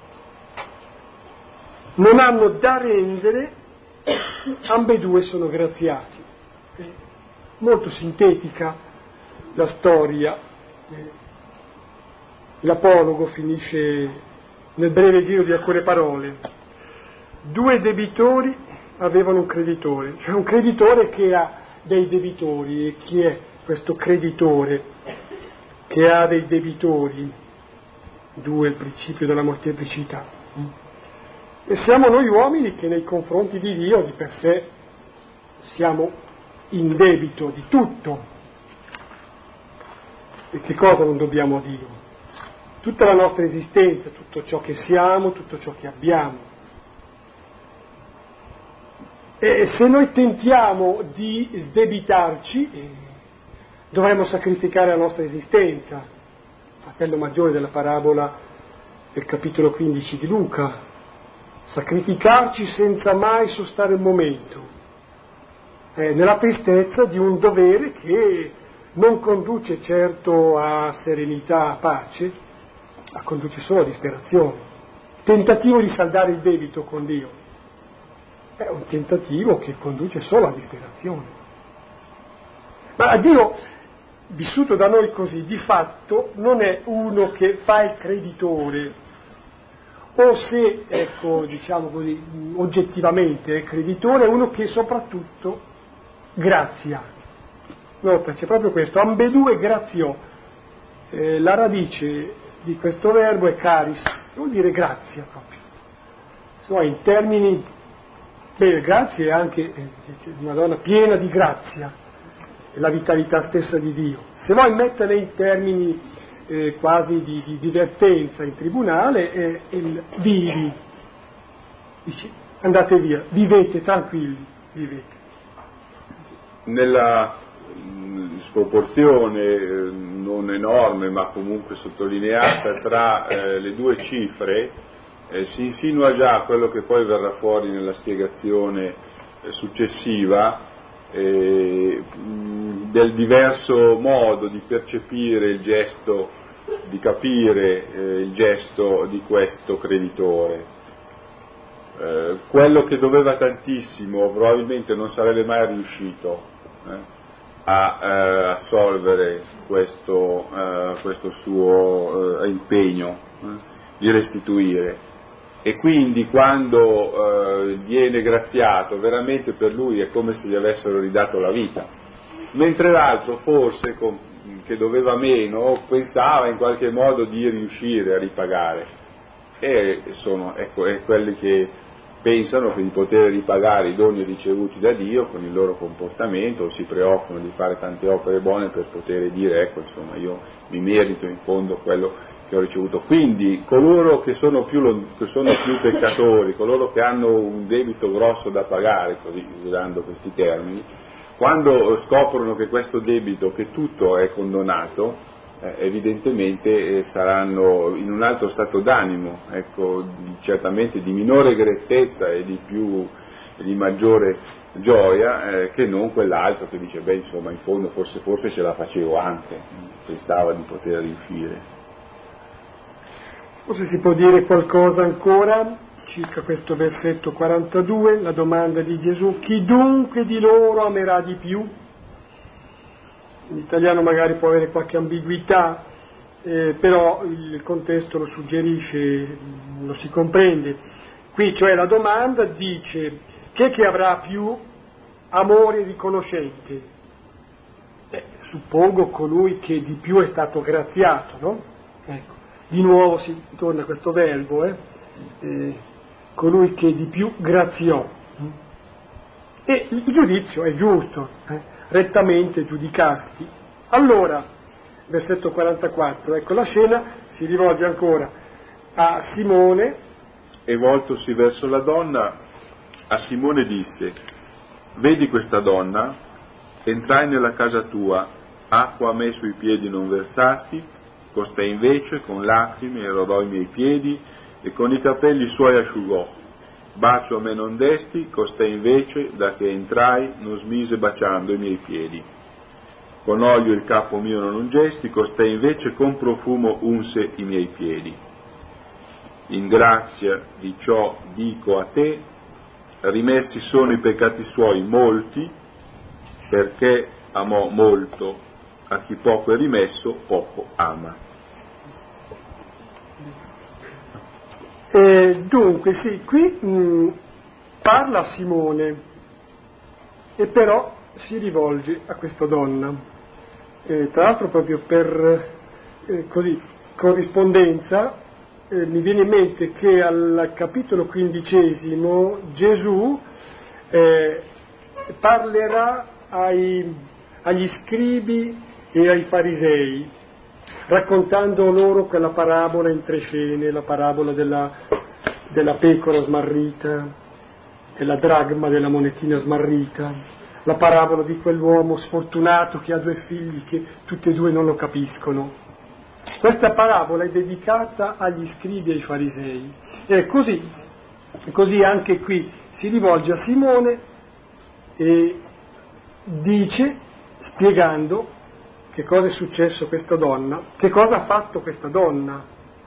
Speaker 1: Non hanno da rendere, ambedue sono graziati. È molto sintetica la storia. L'apologo finisce nel breve giro di alcune parole. Due debitori avevano un creditore, cioè un creditore che ha dei debitori. E chi è questo creditore che ha dei debitori? Due, il principio della molteplicità. E siamo noi uomini che nei confronti di Dio di per sé siamo in debito di tutto. E che cosa non dobbiamo a Dio? Tutta la nostra esistenza, tutto ciò che siamo, tutto ciò che abbiamo. E se noi tentiamo di sdebitarci, eh, dovremmo sacrificare la nostra esistenza. Fratello maggiore della parabola del capitolo quindici di Luca. Sacrificarci senza mai sostare un momento. Eh, nella tristezza di un dovere che non conduce certo a serenità, a pace, ma conduce solo a disperazione. Tentativo di saldare il debito con Dio è un tentativo che conduce solo a disperazione. Ma Dio, vissuto da noi così, di fatto non è uno che fa il creditore, o se, ecco, diciamo così, oggettivamente è creditore, è uno che soprattutto grazia. Nota, c'è proprio questo, ambedue graziò. Eh, la radice di questo verbo è caris, vuol dire grazia proprio. Insomma, in termini, beh, grazia è anche eh, una donna piena di grazia, è la vitalità stessa di Dio. Se vuoi metterla in termini eh, quasi di, di divertenza in tribunale, è il vivi. Dici, andate via, vivete tranquilli, vivete.
Speaker 2: Nella sproporzione eh, non enorme ma comunque sottolineata tra eh, le due cifre eh, si insinua già quello che poi verrà fuori nella spiegazione eh, successiva eh, del diverso modo di percepire il gesto, di capire eh, il gesto di questo creditore. Eh, quello che doveva tantissimo probabilmente non sarebbe mai riuscito eh, a eh, assolvere questo, eh, questo suo eh, impegno eh, di restituire, e quindi quando eh, viene graziato veramente per lui è come se gli avessero ridato la vita, mentre l'altro forse con, che doveva meno pensava in qualche modo di riuscire a ripagare. e sono ecco, e quelli che pensano di poter ripagare i doni ricevuti da Dio con il loro comportamento, o si preoccupano di fare tante opere buone per poter dire ecco insomma io mi merito in fondo quello che ho ricevuto. Quindi coloro che sono più, che sono più peccatori, coloro che hanno un debito grosso da pagare, così usando questi termini, quando scoprono che questo debito, che tutto è condonato, eh, evidentemente eh, saranno in un altro stato d'animo, ecco, certamente di minore grettezza e di più di maggiore gioia eh, che non quell'altro che dice beh insomma in fondo forse, forse ce la facevo anche, pensava di poter riuscire.
Speaker 1: Forse si può dire qualcosa ancora circa questo versetto quarantadue, la domanda di Gesù: chi dunque di loro amerà di più? In italiano magari può avere qualche ambiguità, eh, però il contesto lo suggerisce, lo si comprende. Qui cioè la domanda dice: chi è che avrà più amore riconoscente? Eh, suppongo colui che di più è stato graziato, no? Ecco. Di nuovo si torna a questo verbo, eh? Eh, colui che di più graziò. E il giudizio è giusto, eh? rettamente giudicasti. Allora, versetto quarantaquattro, ecco la scena, si rivolge ancora a Simone.
Speaker 2: E voltosi verso la donna, a Simone disse: vedi questa donna? Entrai nella casa tua, acqua a me sui piedi non versasti, costei invece con lacrime rodò i miei piedi e con i capelli suoi asciugò. Bacio a me non desti, costei invece, da che entrai, non smise baciando i miei piedi. Con olio il capo mio non ungesti, costei invece con profumo unse i miei piedi. In grazia di ciò dico a te, rimessi sono i peccati suoi molti, perché amò molto. A chi poco è rimesso, poco ama.
Speaker 1: Eh, dunque, sì, qui mh, parla Simone e però si rivolge a questa donna. Eh, tra l'altro proprio per eh, così, corrispondenza eh, mi viene in mente che al capitolo quindicesimo Gesù eh, parlerà ai, agli scribi e ai farisei, raccontando loro quella parabola in tre scene, la parabola della, della pecora smarrita, della dragma, della monetina smarrita, la parabola di quell'uomo sfortunato che ha due figli che tutti e due non lo capiscono. Questa parabola è dedicata agli scribi e ai farisei. E così, così anche qui si rivolge a Simone e dice, spiegando che cosa è successo a questa donna, che cosa ha fatto questa donna.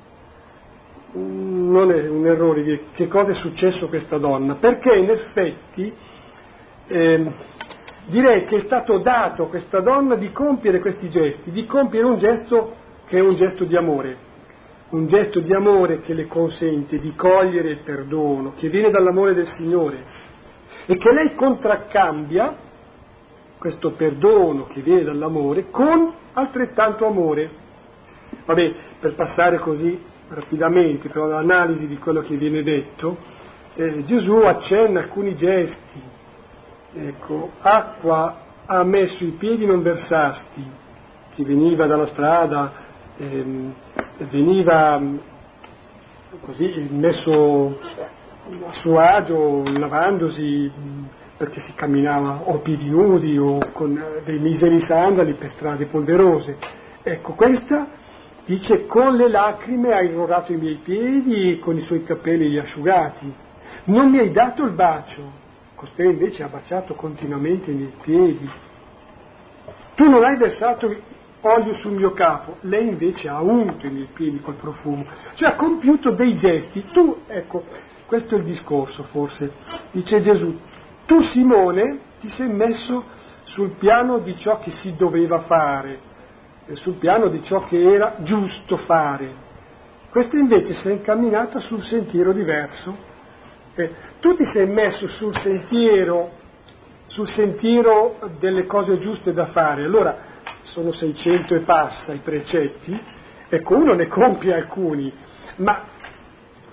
Speaker 1: Non è un errore dire che cosa è successo a questa donna, perché in effetti eh, direi che è stato dato a questa donna di compiere questi gesti, di compiere un gesto che è un gesto di amore, un gesto di amore che le consente di cogliere il perdono, che viene dall'amore del Signore, e che lei contraccambia questo perdono che viene dall'amore con altrettanto amore. Vabbè, per passare così rapidamente però all'analisi di quello che viene detto, eh, Gesù accenna alcuni gesti. Ecco, acqua ha messo i piedi non versasti, chi veniva dalla strada ehm, veniva così messo a suo agio lavandosi, perché si camminava o piedi nudi o con dei miseri sandali per strade polverose. Ecco, questa dice: con le lacrime hai irrogato i miei piedi e con i suoi capelli li asciugati. Non mi hai dato il bacio, costei invece ha baciato continuamente i miei piedi. Tu non hai versato olio sul mio capo, lei invece ha unto i miei piedi col profumo. Cioè ha compiuto dei gesti. Tu, ecco, questo è il discorso forse, dice Gesù. Tu, Simone, ti sei messo sul piano di ciò che si doveva fare, sul piano di ciò che era giusto fare. Questa invece si è incamminata sul sentiero diverso. Eh, tu ti sei messo sul sentiero, sul sentiero delle cose giuste da fare. Allora, sono seicento e passa i precetti, ecco, uno ne compie alcuni, ma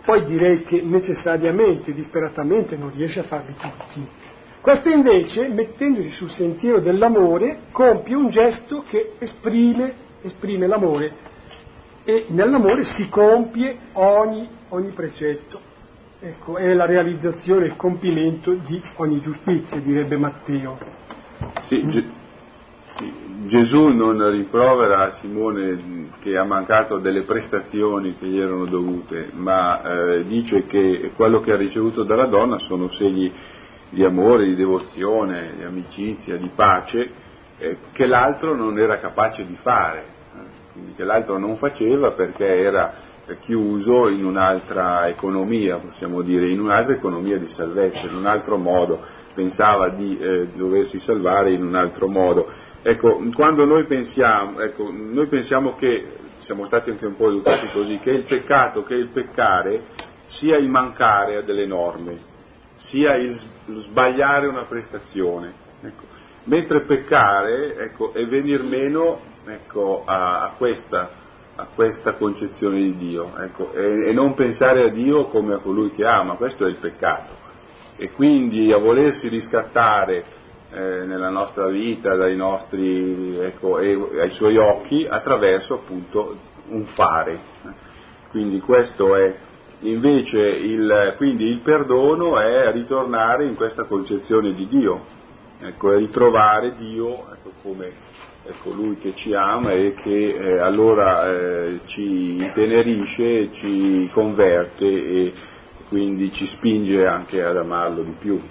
Speaker 1: poi direi che necessariamente, disperatamente non riesce a farli tutti. Questa invece, mettendosi sul sentiero dell'amore, compie un gesto che esprime, esprime l'amore, e nell'amore si compie ogni, ogni precetto. Ecco, è la realizzazione, il compimento di ogni giustizia, direbbe Matteo.
Speaker 2: Sì, Ge- sì, Gesù non rimprovera a Simone che ha mancato delle prestazioni che gli erano dovute, ma eh, dice che quello che ha ricevuto dalla donna sono segni di amore, di devozione, di amicizia, di pace, eh, che l'altro non era capace di fare, eh, quindi che l'altro non faceva perché era chiuso in un'altra economia, possiamo dire, in un'altra economia di salvezza, in un altro modo, pensava di eh, doversi salvare in un altro modo. Ecco, quando noi pensiamo, ecco, noi pensiamo che, siamo stati anche un po' educati così, che il peccato, che il peccare sia il mancare a delle norme, sia il sbagliare una prestazione, ecco. Mentre peccare, ecco, è venir meno, ecco, a, a questa a questa concezione di Dio, ecco, e, e non pensare a Dio come a colui che ama, questo è il peccato, e quindi a volersi riscattare eh, nella nostra vita dai nostri, ecco, e, ai suoi occhi attraverso appunto un fare. Quindi questo è invece il, quindi il perdono è ritornare in questa concezione di Dio, ecco, è ritrovare Dio, ecco, come è colui che ci ama e che eh, allora eh, ci intenerisce, ci converte e quindi ci spinge anche ad amarlo di più.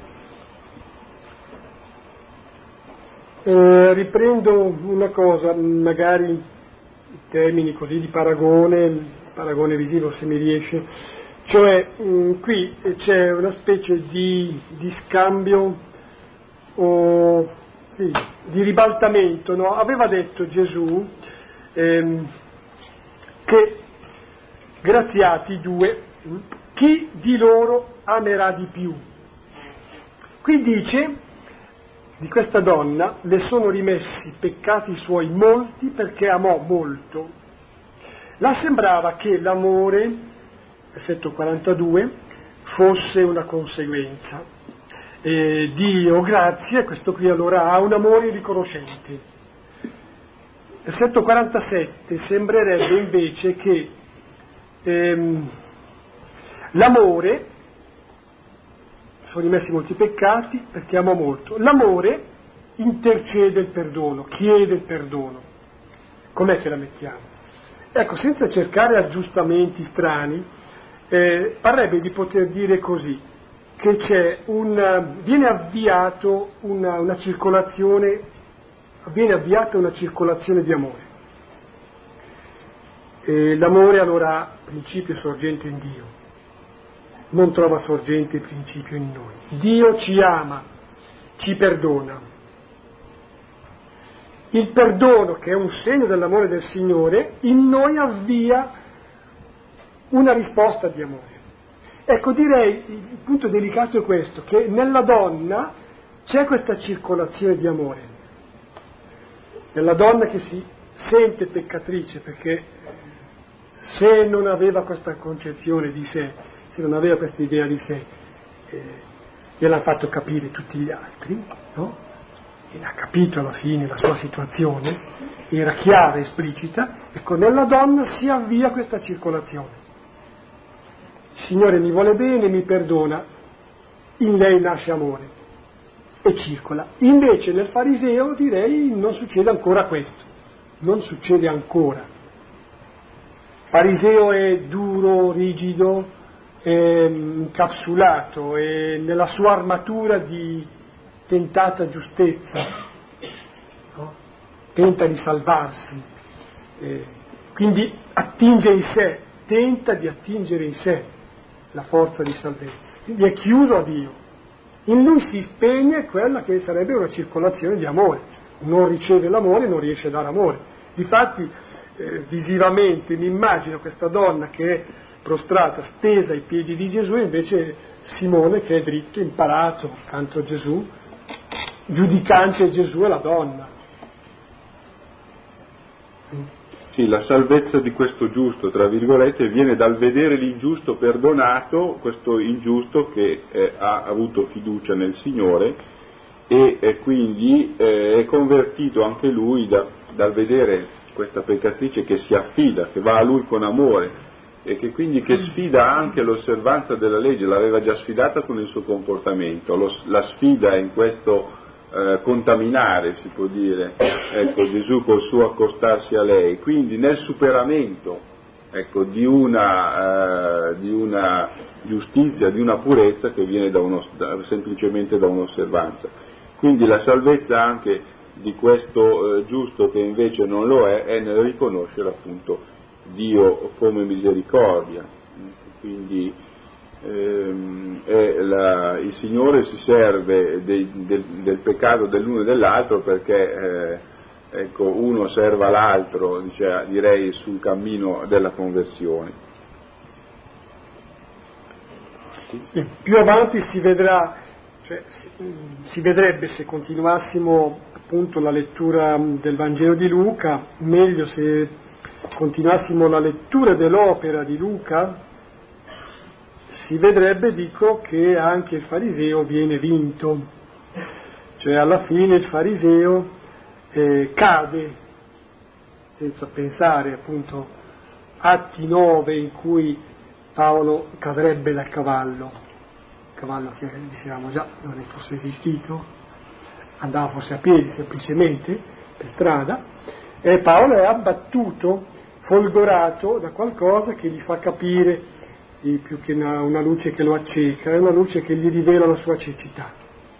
Speaker 1: Eh, riprendo una cosa, magari in termini così di paragone, paragone visivo se mi riesce, cioè mh, qui c'è una specie di, di scambio o sì, di ribaltamento, no? Aveva detto Gesù ehm, che graziati i due, mh, chi di loro amerà di più? Qui dice di questa donna le sono rimessi peccati suoi molti perché amò molto. La sembrava che l'amore, versetto quarantadue, fosse una conseguenza. Eh, Dio, grazie, questo qui allora ha un amore riconoscente. Versetto quarantasette sembrerebbe invece che ehm, l'amore, sono rimessi molti peccati perché amo molto, l'amore intercede il perdono, chiede il perdono. Com'è che la mettiamo? Ecco, senza cercare aggiustamenti strani, eh, parrebbe di poter dire così, che c'è un, viene avviato una, una circolazione, viene avviata una circolazione di amore. E l'amore allora ha principio sorgente in Dio, non trova sorgente e principio in noi. Dio ci ama, ci perdona. Il perdono, che è un segno dell'amore del Signore, in noi avvia una risposta di amore. Ecco, direi, il punto delicato è questo, che nella donna c'è questa circolazione di amore. Nella donna che si sente peccatrice, perché se non aveva questa concezione di sé, se non aveva questa idea di sé, eh, gliel'ha fatto capire tutti gli altri, no? E ha capito alla fine la sua situazione, era chiara, esplicita, ecco, nella donna si avvia questa circolazione. Il Signore mi vuole bene, mi perdona, in lei nasce amore e circola. Invece nel fariseo direi non succede ancora questo, non succede ancora. Il fariseo è duro, rigido, è incapsulato, è nella sua armatura di tentata giustezza, no? Tenta di salvarsi, eh, quindi attinge in sé, tenta di attingere in sé la forza di salvezza, quindi è chiuso a Dio. In lui si spegne quella che sarebbe una circolazione di amore, non riceve l'amore, non riesce a dare amore. Difatti eh, visivamente mi immagino questa donna che è prostrata, stesa ai piedi di Gesù, e invece Simone che è dritto, imparato accanto a Gesù, giudicante Gesù e la donna.
Speaker 2: Sì, la salvezza di questo giusto, tra virgolette, viene dal vedere l'ingiusto perdonato, questo ingiusto che eh, ha avuto fiducia nel Signore e eh, quindi eh, è convertito anche lui da, dal vedere questa peccatrice che si affida, che va a lui con amore e che quindi che sfida anche l'osservanza della legge, l'aveva già sfidata con il suo comportamento, lo, la sfida in questo eh, contaminare, si può dire, ecco, Gesù col suo accostarsi a lei, quindi nel superamento, ecco, di una, eh, di una giustizia, di una purezza che viene da uno, da, semplicemente da un'osservanza. Quindi la salvezza anche di questo eh, giusto che invece non lo è, è nel riconoscere appunto Dio come misericordia, quindi ehm, è la, il Signore si serve dei, del, del peccato dell'uno e dell'altro perché eh, ecco, uno serva l'altro, dice, direi, sul cammino della conversione.
Speaker 1: E più avanti si vedrà, cioè, si vedrebbe, se continuassimo appunto la lettura del Vangelo di Luca, meglio se continuassimo la lettura dell'opera di Luca, si vedrebbe, dico, che anche il fariseo viene vinto, cioè alla fine il fariseo eh, cade, senza pensare, appunto, Atti nove in cui Paolo cadrebbe dal cavallo, il cavallo che dicevamo già non è forse esistito, andava forse a piedi semplicemente per strada, e Paolo è abbattuto, folgorato da qualcosa che gli fa capire, più che una, una luce che lo acceca, è una luce che gli rivela la sua cecità.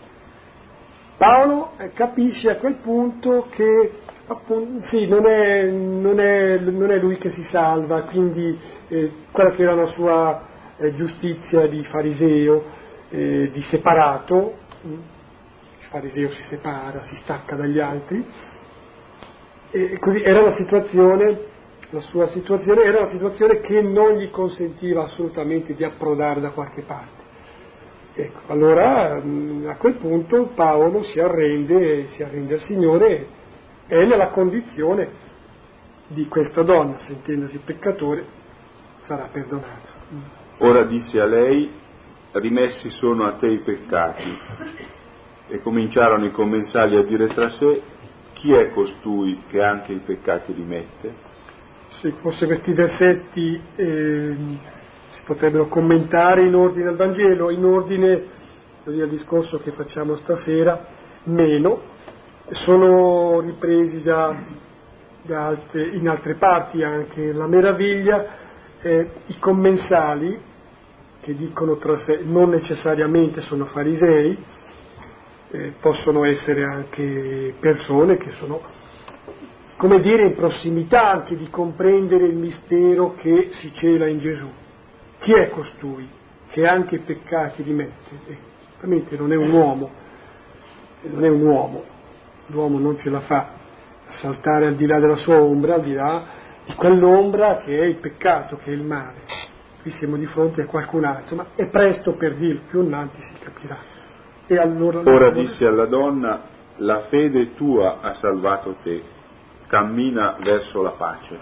Speaker 1: Paolo eh, capisce a quel punto che appunto, sì, non è, non, è, non è lui che si salva, quindi eh, quella che era la sua eh, giustizia di fariseo, eh, di separato, il fariseo si separa, si stacca dagli altri, e così era la situazione, la sua situazione era una situazione che non gli consentiva assolutamente di approdare da qualche parte. Ecco, allora a quel punto Paolo si arrende, si arrende al Signore, è nella condizione di questa donna, sentendosi peccatore, sarà perdonato.
Speaker 2: Ora disse a lei: rimessi sono a te i peccati. E cominciarono i commensali a dire tra sé: chi è costui che anche i peccati rimette?
Speaker 1: Se fosse questi versetti eh, si potrebbero commentare in ordine al Vangelo, in ordine così al discorso che facciamo stasera, meno, sono ripresi da, da altre, in altre parti anche. La meraviglia, eh, i commensali che dicono tra sé, non necessariamente sono farisei, eh, possono essere anche persone che sono, come dire, in prossimità anche di comprendere il mistero che si cela in Gesù. Chi è costui che anche i peccati rimette? Eh, veramente non è un uomo, non è un uomo, l'uomo non ce la fa a saltare al di là della sua ombra, al di là di quell'ombra che è il peccato, che è il male. Qui siamo di fronte a qualcun altro, ma è presto per dirlo, più avanti si capirà. E allora,
Speaker 2: Ora disse alla donna: la fede tua ha salvato te, cammina verso la pace.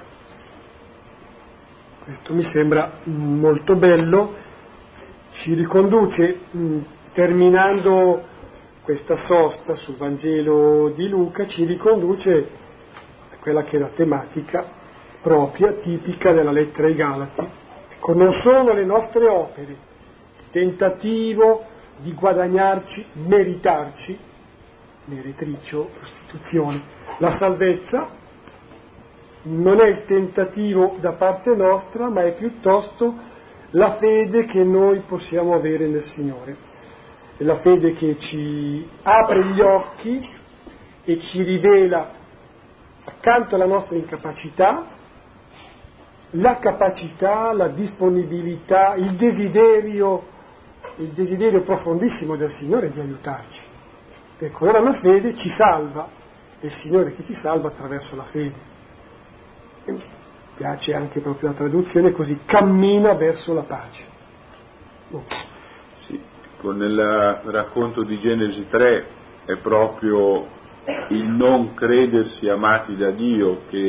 Speaker 1: Questo mi sembra molto bello, ci riconduce, terminando questa sosta sul Vangelo di Luca, ci riconduce a quella che è la tematica propria, tipica della lettera ai Galati. Ecco, non sono le nostre opere, il tentativo di guadagnarci, meritarci, meretricio, prostituzione, la salvezza non è il tentativo da parte nostra, ma è piuttosto la fede che noi possiamo avere nel Signore. È la fede che ci apre gli occhi e ci rivela, accanto alla nostra incapacità, la capacità, la disponibilità, il desiderio, il desiderio profondissimo del Signore di aiutarci. Ecco, ora la fede ci salva, è il Signore che ci salva attraverso la fede. E mi piace anche proprio la traduzione così, cammina verso la pace. Oh.
Speaker 2: Sì, nel racconto di Genesi tre è proprio il non credersi amati da Dio che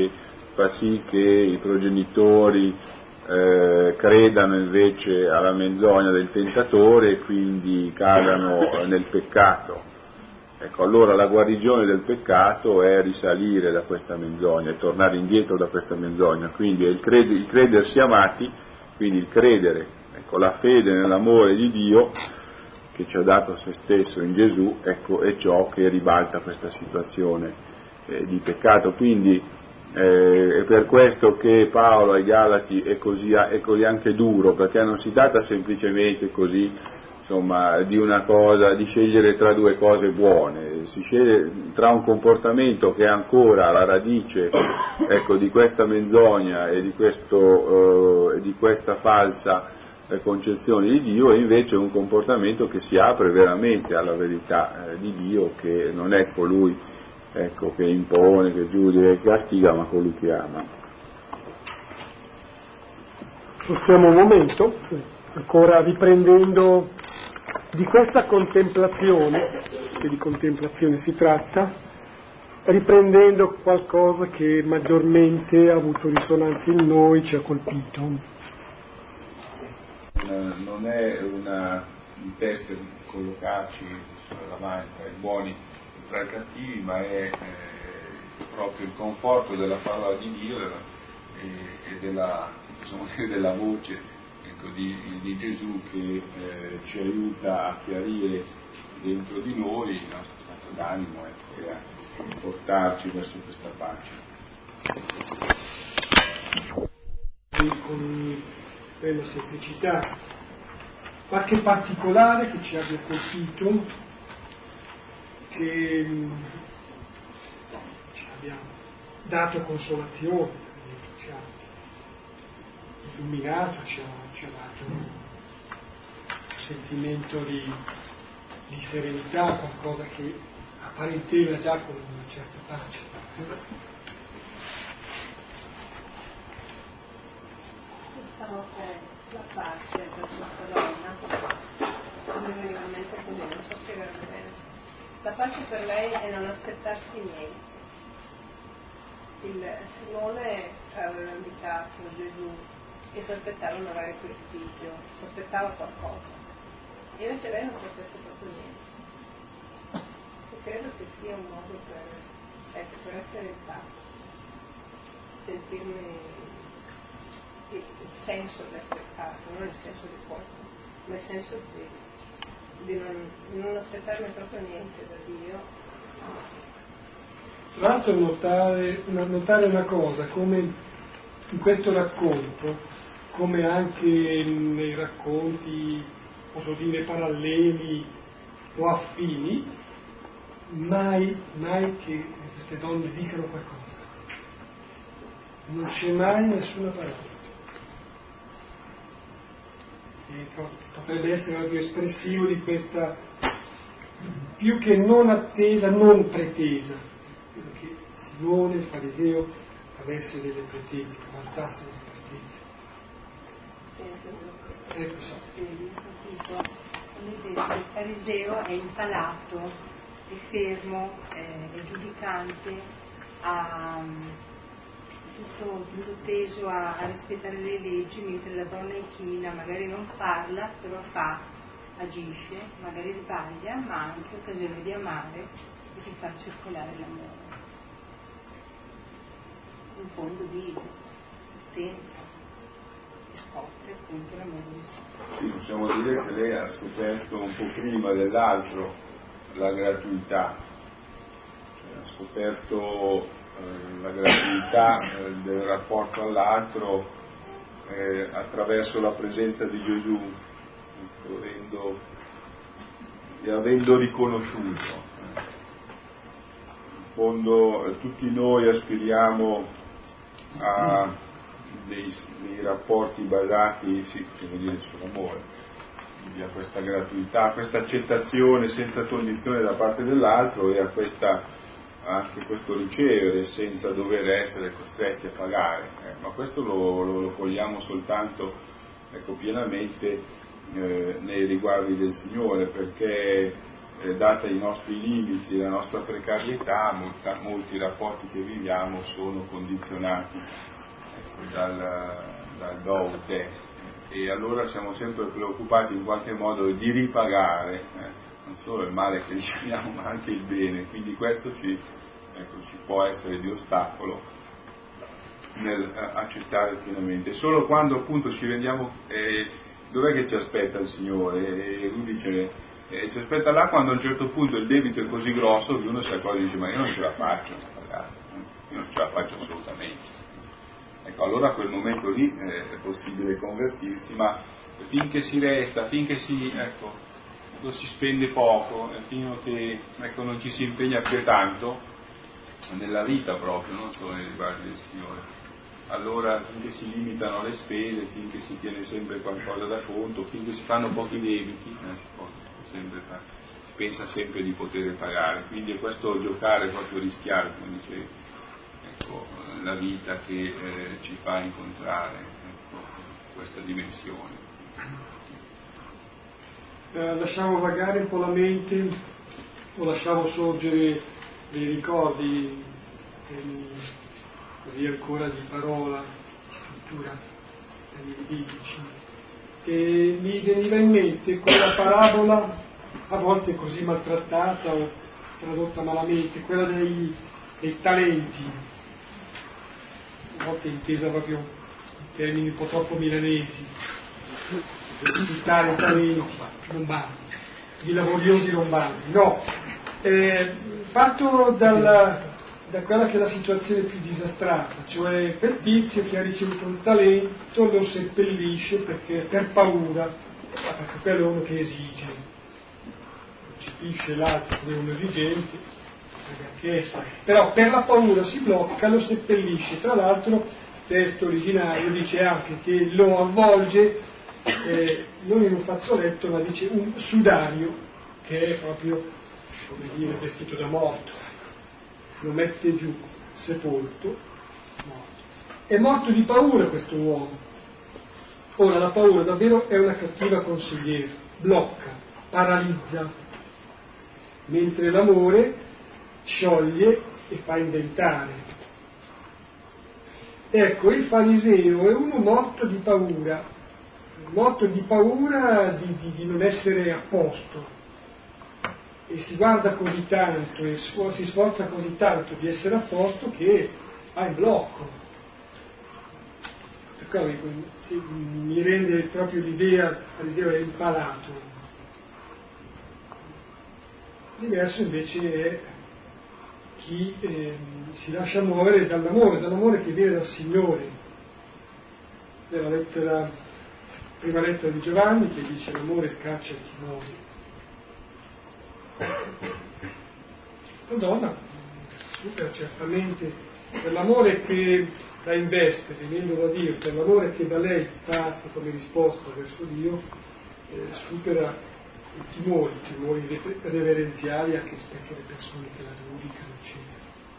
Speaker 2: fa sì che i progenitori eh, credano invece alla menzogna del tentatore e quindi cadano nel peccato. Ecco, allora la guarigione del peccato è risalire da questa menzogna, è tornare indietro da questa menzogna, quindi è il, cred- il credersi amati, quindi il credere, ecco, la fede nell'amore di Dio che ci ha dato se stesso in Gesù, ecco, è ciò che ribalta questa situazione eh, di peccato. Quindi eh, è per questo che Paolo ai Galati è così, è così anche duro, perché non si tratta semplicemente così, insomma, di una cosa, di scegliere tra due cose buone, si sceglie tra un comportamento che è ancora la radice, ecco, di questa menzogna e di, questo, eh, di questa falsa concezione di Dio, e invece un comportamento che si apre veramente alla verità eh, di Dio, che non è colui, ecco, che impone, che giudica, che castiga, ma colui che ama.
Speaker 1: Possiamo un momento, ancora riprendendo di questa contemplazione, che di contemplazione si tratta, riprendendo qualcosa che maggiormente ha avuto risonanza in noi, ci ha colpito.
Speaker 2: Non è una, un test per collocarci davanti ai buoni e tra i cattivi, ma è eh, proprio il conforto della parola di Dio e, e della, insomma, della voce, ecco, di, di Gesù che eh, ci aiuta a chiarire dentro di noi il nostro stato d'animo, ecco, e a portarci verso questa pace.
Speaker 1: Con quella semplicità, qualche particolare che ci abbia colpito, che mh, ci abbia dato consolazione, ci ha illuminato, ci ha, ci ha dato un sentimento di, di serenità, qualcosa che apparenteva già con una certa pace.
Speaker 3: Pensavo che la pace per questa donna, non mi veniva in mente così, non so spiegarlo bene. La pace per lei è non aspettarsi niente. Il Simone aveva invitato Gesù e si aspettava magari prestigio, si aspettava qualcosa. E invece lei non si aspetta proprio niente. E credo che sia un modo per, ecco, per essere in pace, sentirmi il senso del peccato, non il senso di colpa, ma il senso di, di non, non aspettarmi proprio niente da Dio.
Speaker 1: Tra l'altro notare, notare una cosa, come in questo racconto, come anche nei racconti, posso dire, paralleli o affini, mai, mai che queste donne dicano qualcosa. Non c'è mai nessuna parola. Potrebbe essere proprio espressivo di questa, più che non attesa, non pretesa, perché Simone il fariseo avesse delle pretese, avanzasse delle pretese. Ecco,
Speaker 4: il fariseo è impalato, è fermo, è giudicante, ha tutto, tutto teso a, a rispettare le leggi, mentre la donna è china, magari non parla, però fa, agisce, magari sbaglia, ma ha anche occasione di amare e di far circolare l'amore. In fondo vive, tenta, scopre appunto l'amore di Dio.
Speaker 2: Sì, possiamo dire che lei ha scoperto un po' prima dell'altro la gratuità, cioè, ha scoperto la gratuità eh, del rapporto all'altro eh, attraverso la presenza di Gesù, avendo, e avendo riconosciuto. In fondo eh, tutti noi aspiriamo a dei, dei rapporti basati, sì, possiamo dire, sull'amore, quindi a questa gratuità, a questa accettazione senza condizione da parte dell'altro e a questa anche questo ricevere senza dover essere costretti a pagare, eh, ma questo lo, lo, lo cogliamo soltanto, ecco, pienamente eh, nei riguardi del Signore, perché eh, data i nostri limiti, la nostra precarietà, molta, molti rapporti che viviamo sono condizionati ecco, dal, dal do te, e allora siamo sempre preoccupati in qualche modo di ripagare eh, non solo il male che riceviamo ma anche il bene, quindi questo ci, ecco, ci può essere di ostacolo nel eh, accettare pienamente. Solo quando appunto ci rendiamo eh, dov'è che ci aspetta il Signore? E lui dice eh, ci aspetta là quando a un certo punto il debito è così grosso che uno si accorge e dice ma io non ce la faccio a pagare, io non ce la faccio assolutamente. Ecco, allora a quel momento lì eh, è possibile convertirsi, ma finché si resta, finché si, ecco, lo si spende poco, fino a che ecco, non ci si impegna più tanto nella vita proprio, non solo nei riguardi del Signore, allora finché si limitano le spese, finché si tiene sempre qualcosa da conto, finché si fanno pochi debiti, ecco, sempre fa, si pensa sempre di poter pagare, quindi è questo giocare, proprio rischiare, come dicevi, ecco, la vita che eh, ci fa incontrare ecco, questa dimensione.
Speaker 1: Eh, lasciamo vagare un po' la mente o lasciamo sorgere dei ricordi dei, così ancora di parola, di scrittura, degli biblici, e mi veniva in mente quella parabola a volte così maltrattata o tradotta malamente, quella dei, dei talenti, a volte intesa proprio in termini un po' troppo milanesi, sfruttare i talenti lombardi, i laboriosi lombardi, no, eh, fatto dalla, da quella che è la situazione più disastrata, cioè quel tizio che ha ricevuto un talento lo seppellisce perché per paura, perché quello è uno che esige, percepisce l'altro come uno esigente, però per la paura si blocca, lo seppellisce, tra l'altro il testo originario dice anche che lo avvolge eh, non in un fazzoletto ma dice un sudario che è proprio come dire vestito da morto, lo mette giù sepolto, morto. È morto di paura questo uomo. Ora la paura davvero è una cattiva consigliera, blocca, paralizza, mentre l'amore scioglie e fa inventare. Ecco, il fariseo è uno morto di paura, morto di paura di, di, di non essere a posto, e si guarda così tanto e si sforza così tanto di essere a posto che ha il blocco. Ecco, mi rende proprio l'idea, l'idea è impalato. Diverso invece è chi eh, si lascia muovere dall'amore, dall'amore che viene dal Signore. Nella lettera, prima lettera di Giovanni che dice l'amore caccia il timore. La donna supera certamente per l'amore che la investe, venendo da Dio, per l'amore che da lei parte come risposta verso Dio, eh, supera i timori, i timori reverenziali anche rispetto alle persone che la giudicano, eccetera.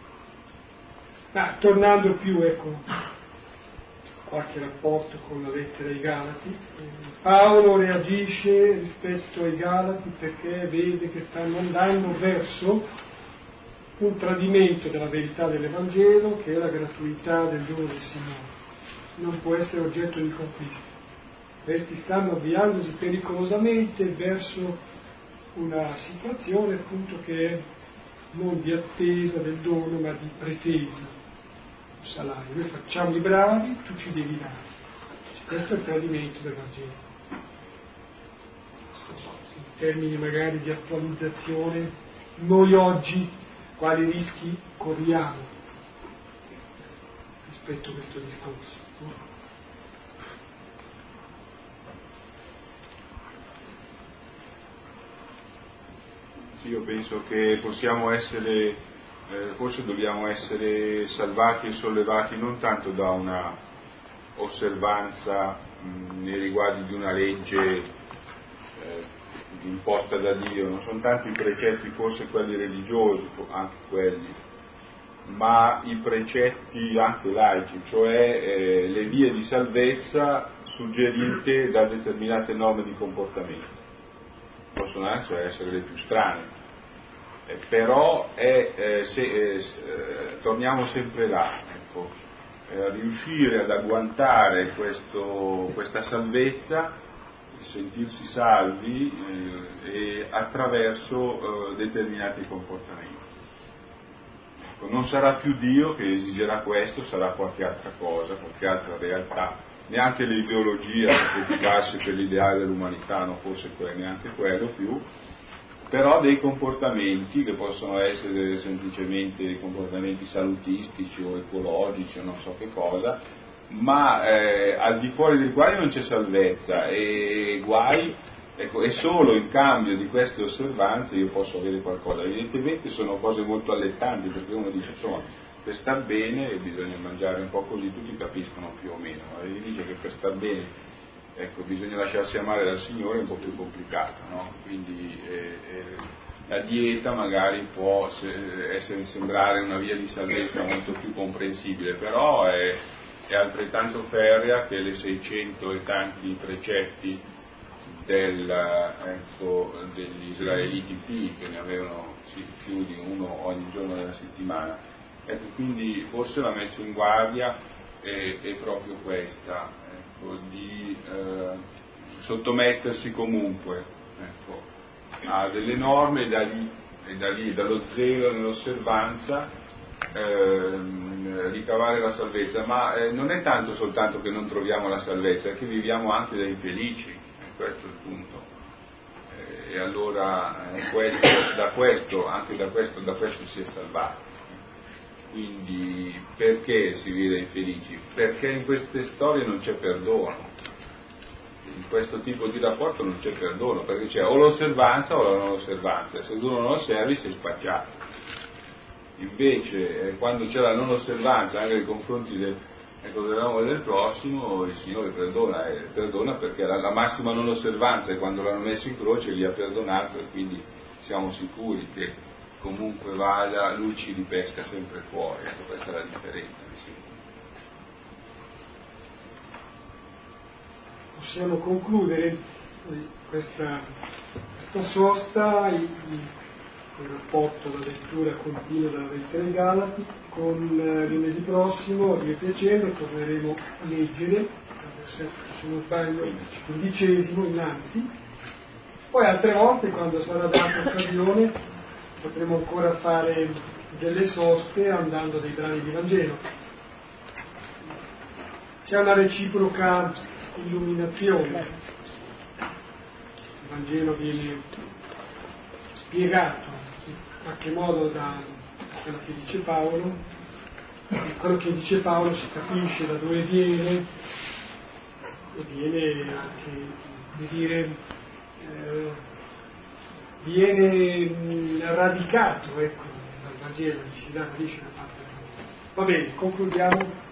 Speaker 1: Ma tornando più, ecco, qualche rapporto con la lettera ai Galati, Paolo reagisce rispetto ai Galati perché vede che stanno andando verso un tradimento della verità dell'Evangelo, che è la gratuità del dono del Signore, non può essere oggetto di conflitto. Questi stanno avviandosi pericolosamente verso una situazione appunto che è non di attesa del dono ma di pretesa. Salario, noi facciamo i bravi, tu ci devi dare. Questo è il tradimento del Vangelo. In termini magari di attualizzazione, noi oggi quali rischi corriamo rispetto a questo discorso?
Speaker 2: Sì, io penso che possiamo essere Eh, forse dobbiamo essere salvati e sollevati non tanto da una osservanza mh, nei riguardi di una legge eh, imposta da Dio, non sono tanto i precetti, forse quelli religiosi, anche quelli, ma i precetti anche laici, cioè eh, le vie di salvezza suggerite da determinate norme di comportamento. possono anche essere le più strane, eh, però è, eh, se, eh, eh, torniamo sempre là, ecco, eh, riuscire ad agguantare questo, questa salvezza, sentirsi salvi eh, e attraverso eh, determinati comportamenti. Ecco, non sarà più Dio che esigerà questo, sarà qualche altra cosa, qualche altra realtà, neanche l'ideologia, sacrificarsi per l'ideale dell'umanità, non fosse que- neanche quello più, però dei comportamenti che possono essere semplicemente dei comportamenti salutistici o ecologici o non so che cosa, ma eh, al di fuori dei quali non c'è salvezza e guai, ecco, e solo in cambio di queste osservanze io posso avere qualcosa. Evidentemente sono cose molto allettanti, perché uno dice insomma per star bene bisogna mangiare un po' così, tutti capiscono più o meno, ma gli dice che per star bene, ecco, bisogna lasciarsi amare dal Signore, è un po' più complicato, no? Quindi eh, eh, la dieta magari può se, essere, sembrare una via di salvezza molto più comprensibile, però è, è altrettanto ferrea che le seicento e tanti precetti del, ecco, degli israeliti P, che ne avevano sì, più di uno ogni giorno della settimana. Ecco, quindi forse la messa in guardia è, è proprio questa, ecco, di eh, sottomettersi comunque, ecco, a delle norme e da lì, e da lì dallo zelo nell'osservanza ehm, ricavare la salvezza, ma eh, non è tanto soltanto che non troviamo la salvezza, è che viviamo anche da infelici, e questo è il punto. Eh, e allora eh, questo, da questo, anche da questo, da questo si è salvati. Quindi perché si vive infelici? Perché in queste storie non c'è perdono, in questo tipo di rapporto non c'è perdono, perché c'è o l'osservanza o la non osservanza, e se tu non osservi sei spacciato. Invece eh, quando c'è la non osservanza anche nei confronti del, ecco, dell'uomo e del prossimo, il Signore perdona, e perdona perché la, la massima non osservanza è quando l'hanno messo in croce, li ha perdonato, e quindi siamo sicuri che comunque vada, lui ci ripesca sempre fuori, ecco, questa è la differenza. Sì.
Speaker 1: Possiamo concludere questa, questa sosta, il, il rapporto, la lettura continua della lettera ai Galati. Con eh, lunedì prossimo, Dio piacendo, torneremo a leggere, se non sbaglio, il quindicesimo innanzi, poi altre volte, quando sarà data occasione, potremo ancora fare delle soste andando dei brani di Vangelo. C'è una reciproca illuminazione. Il Vangelo viene spiegato in qualche modo da quello che dice Paolo, e quello che dice Paolo si capisce da dove viene, e viene anche, come dire, eh, viene mh, radicato, ecco, dal Vangelo, ci dà radice da parte. Va bene, concludiamo.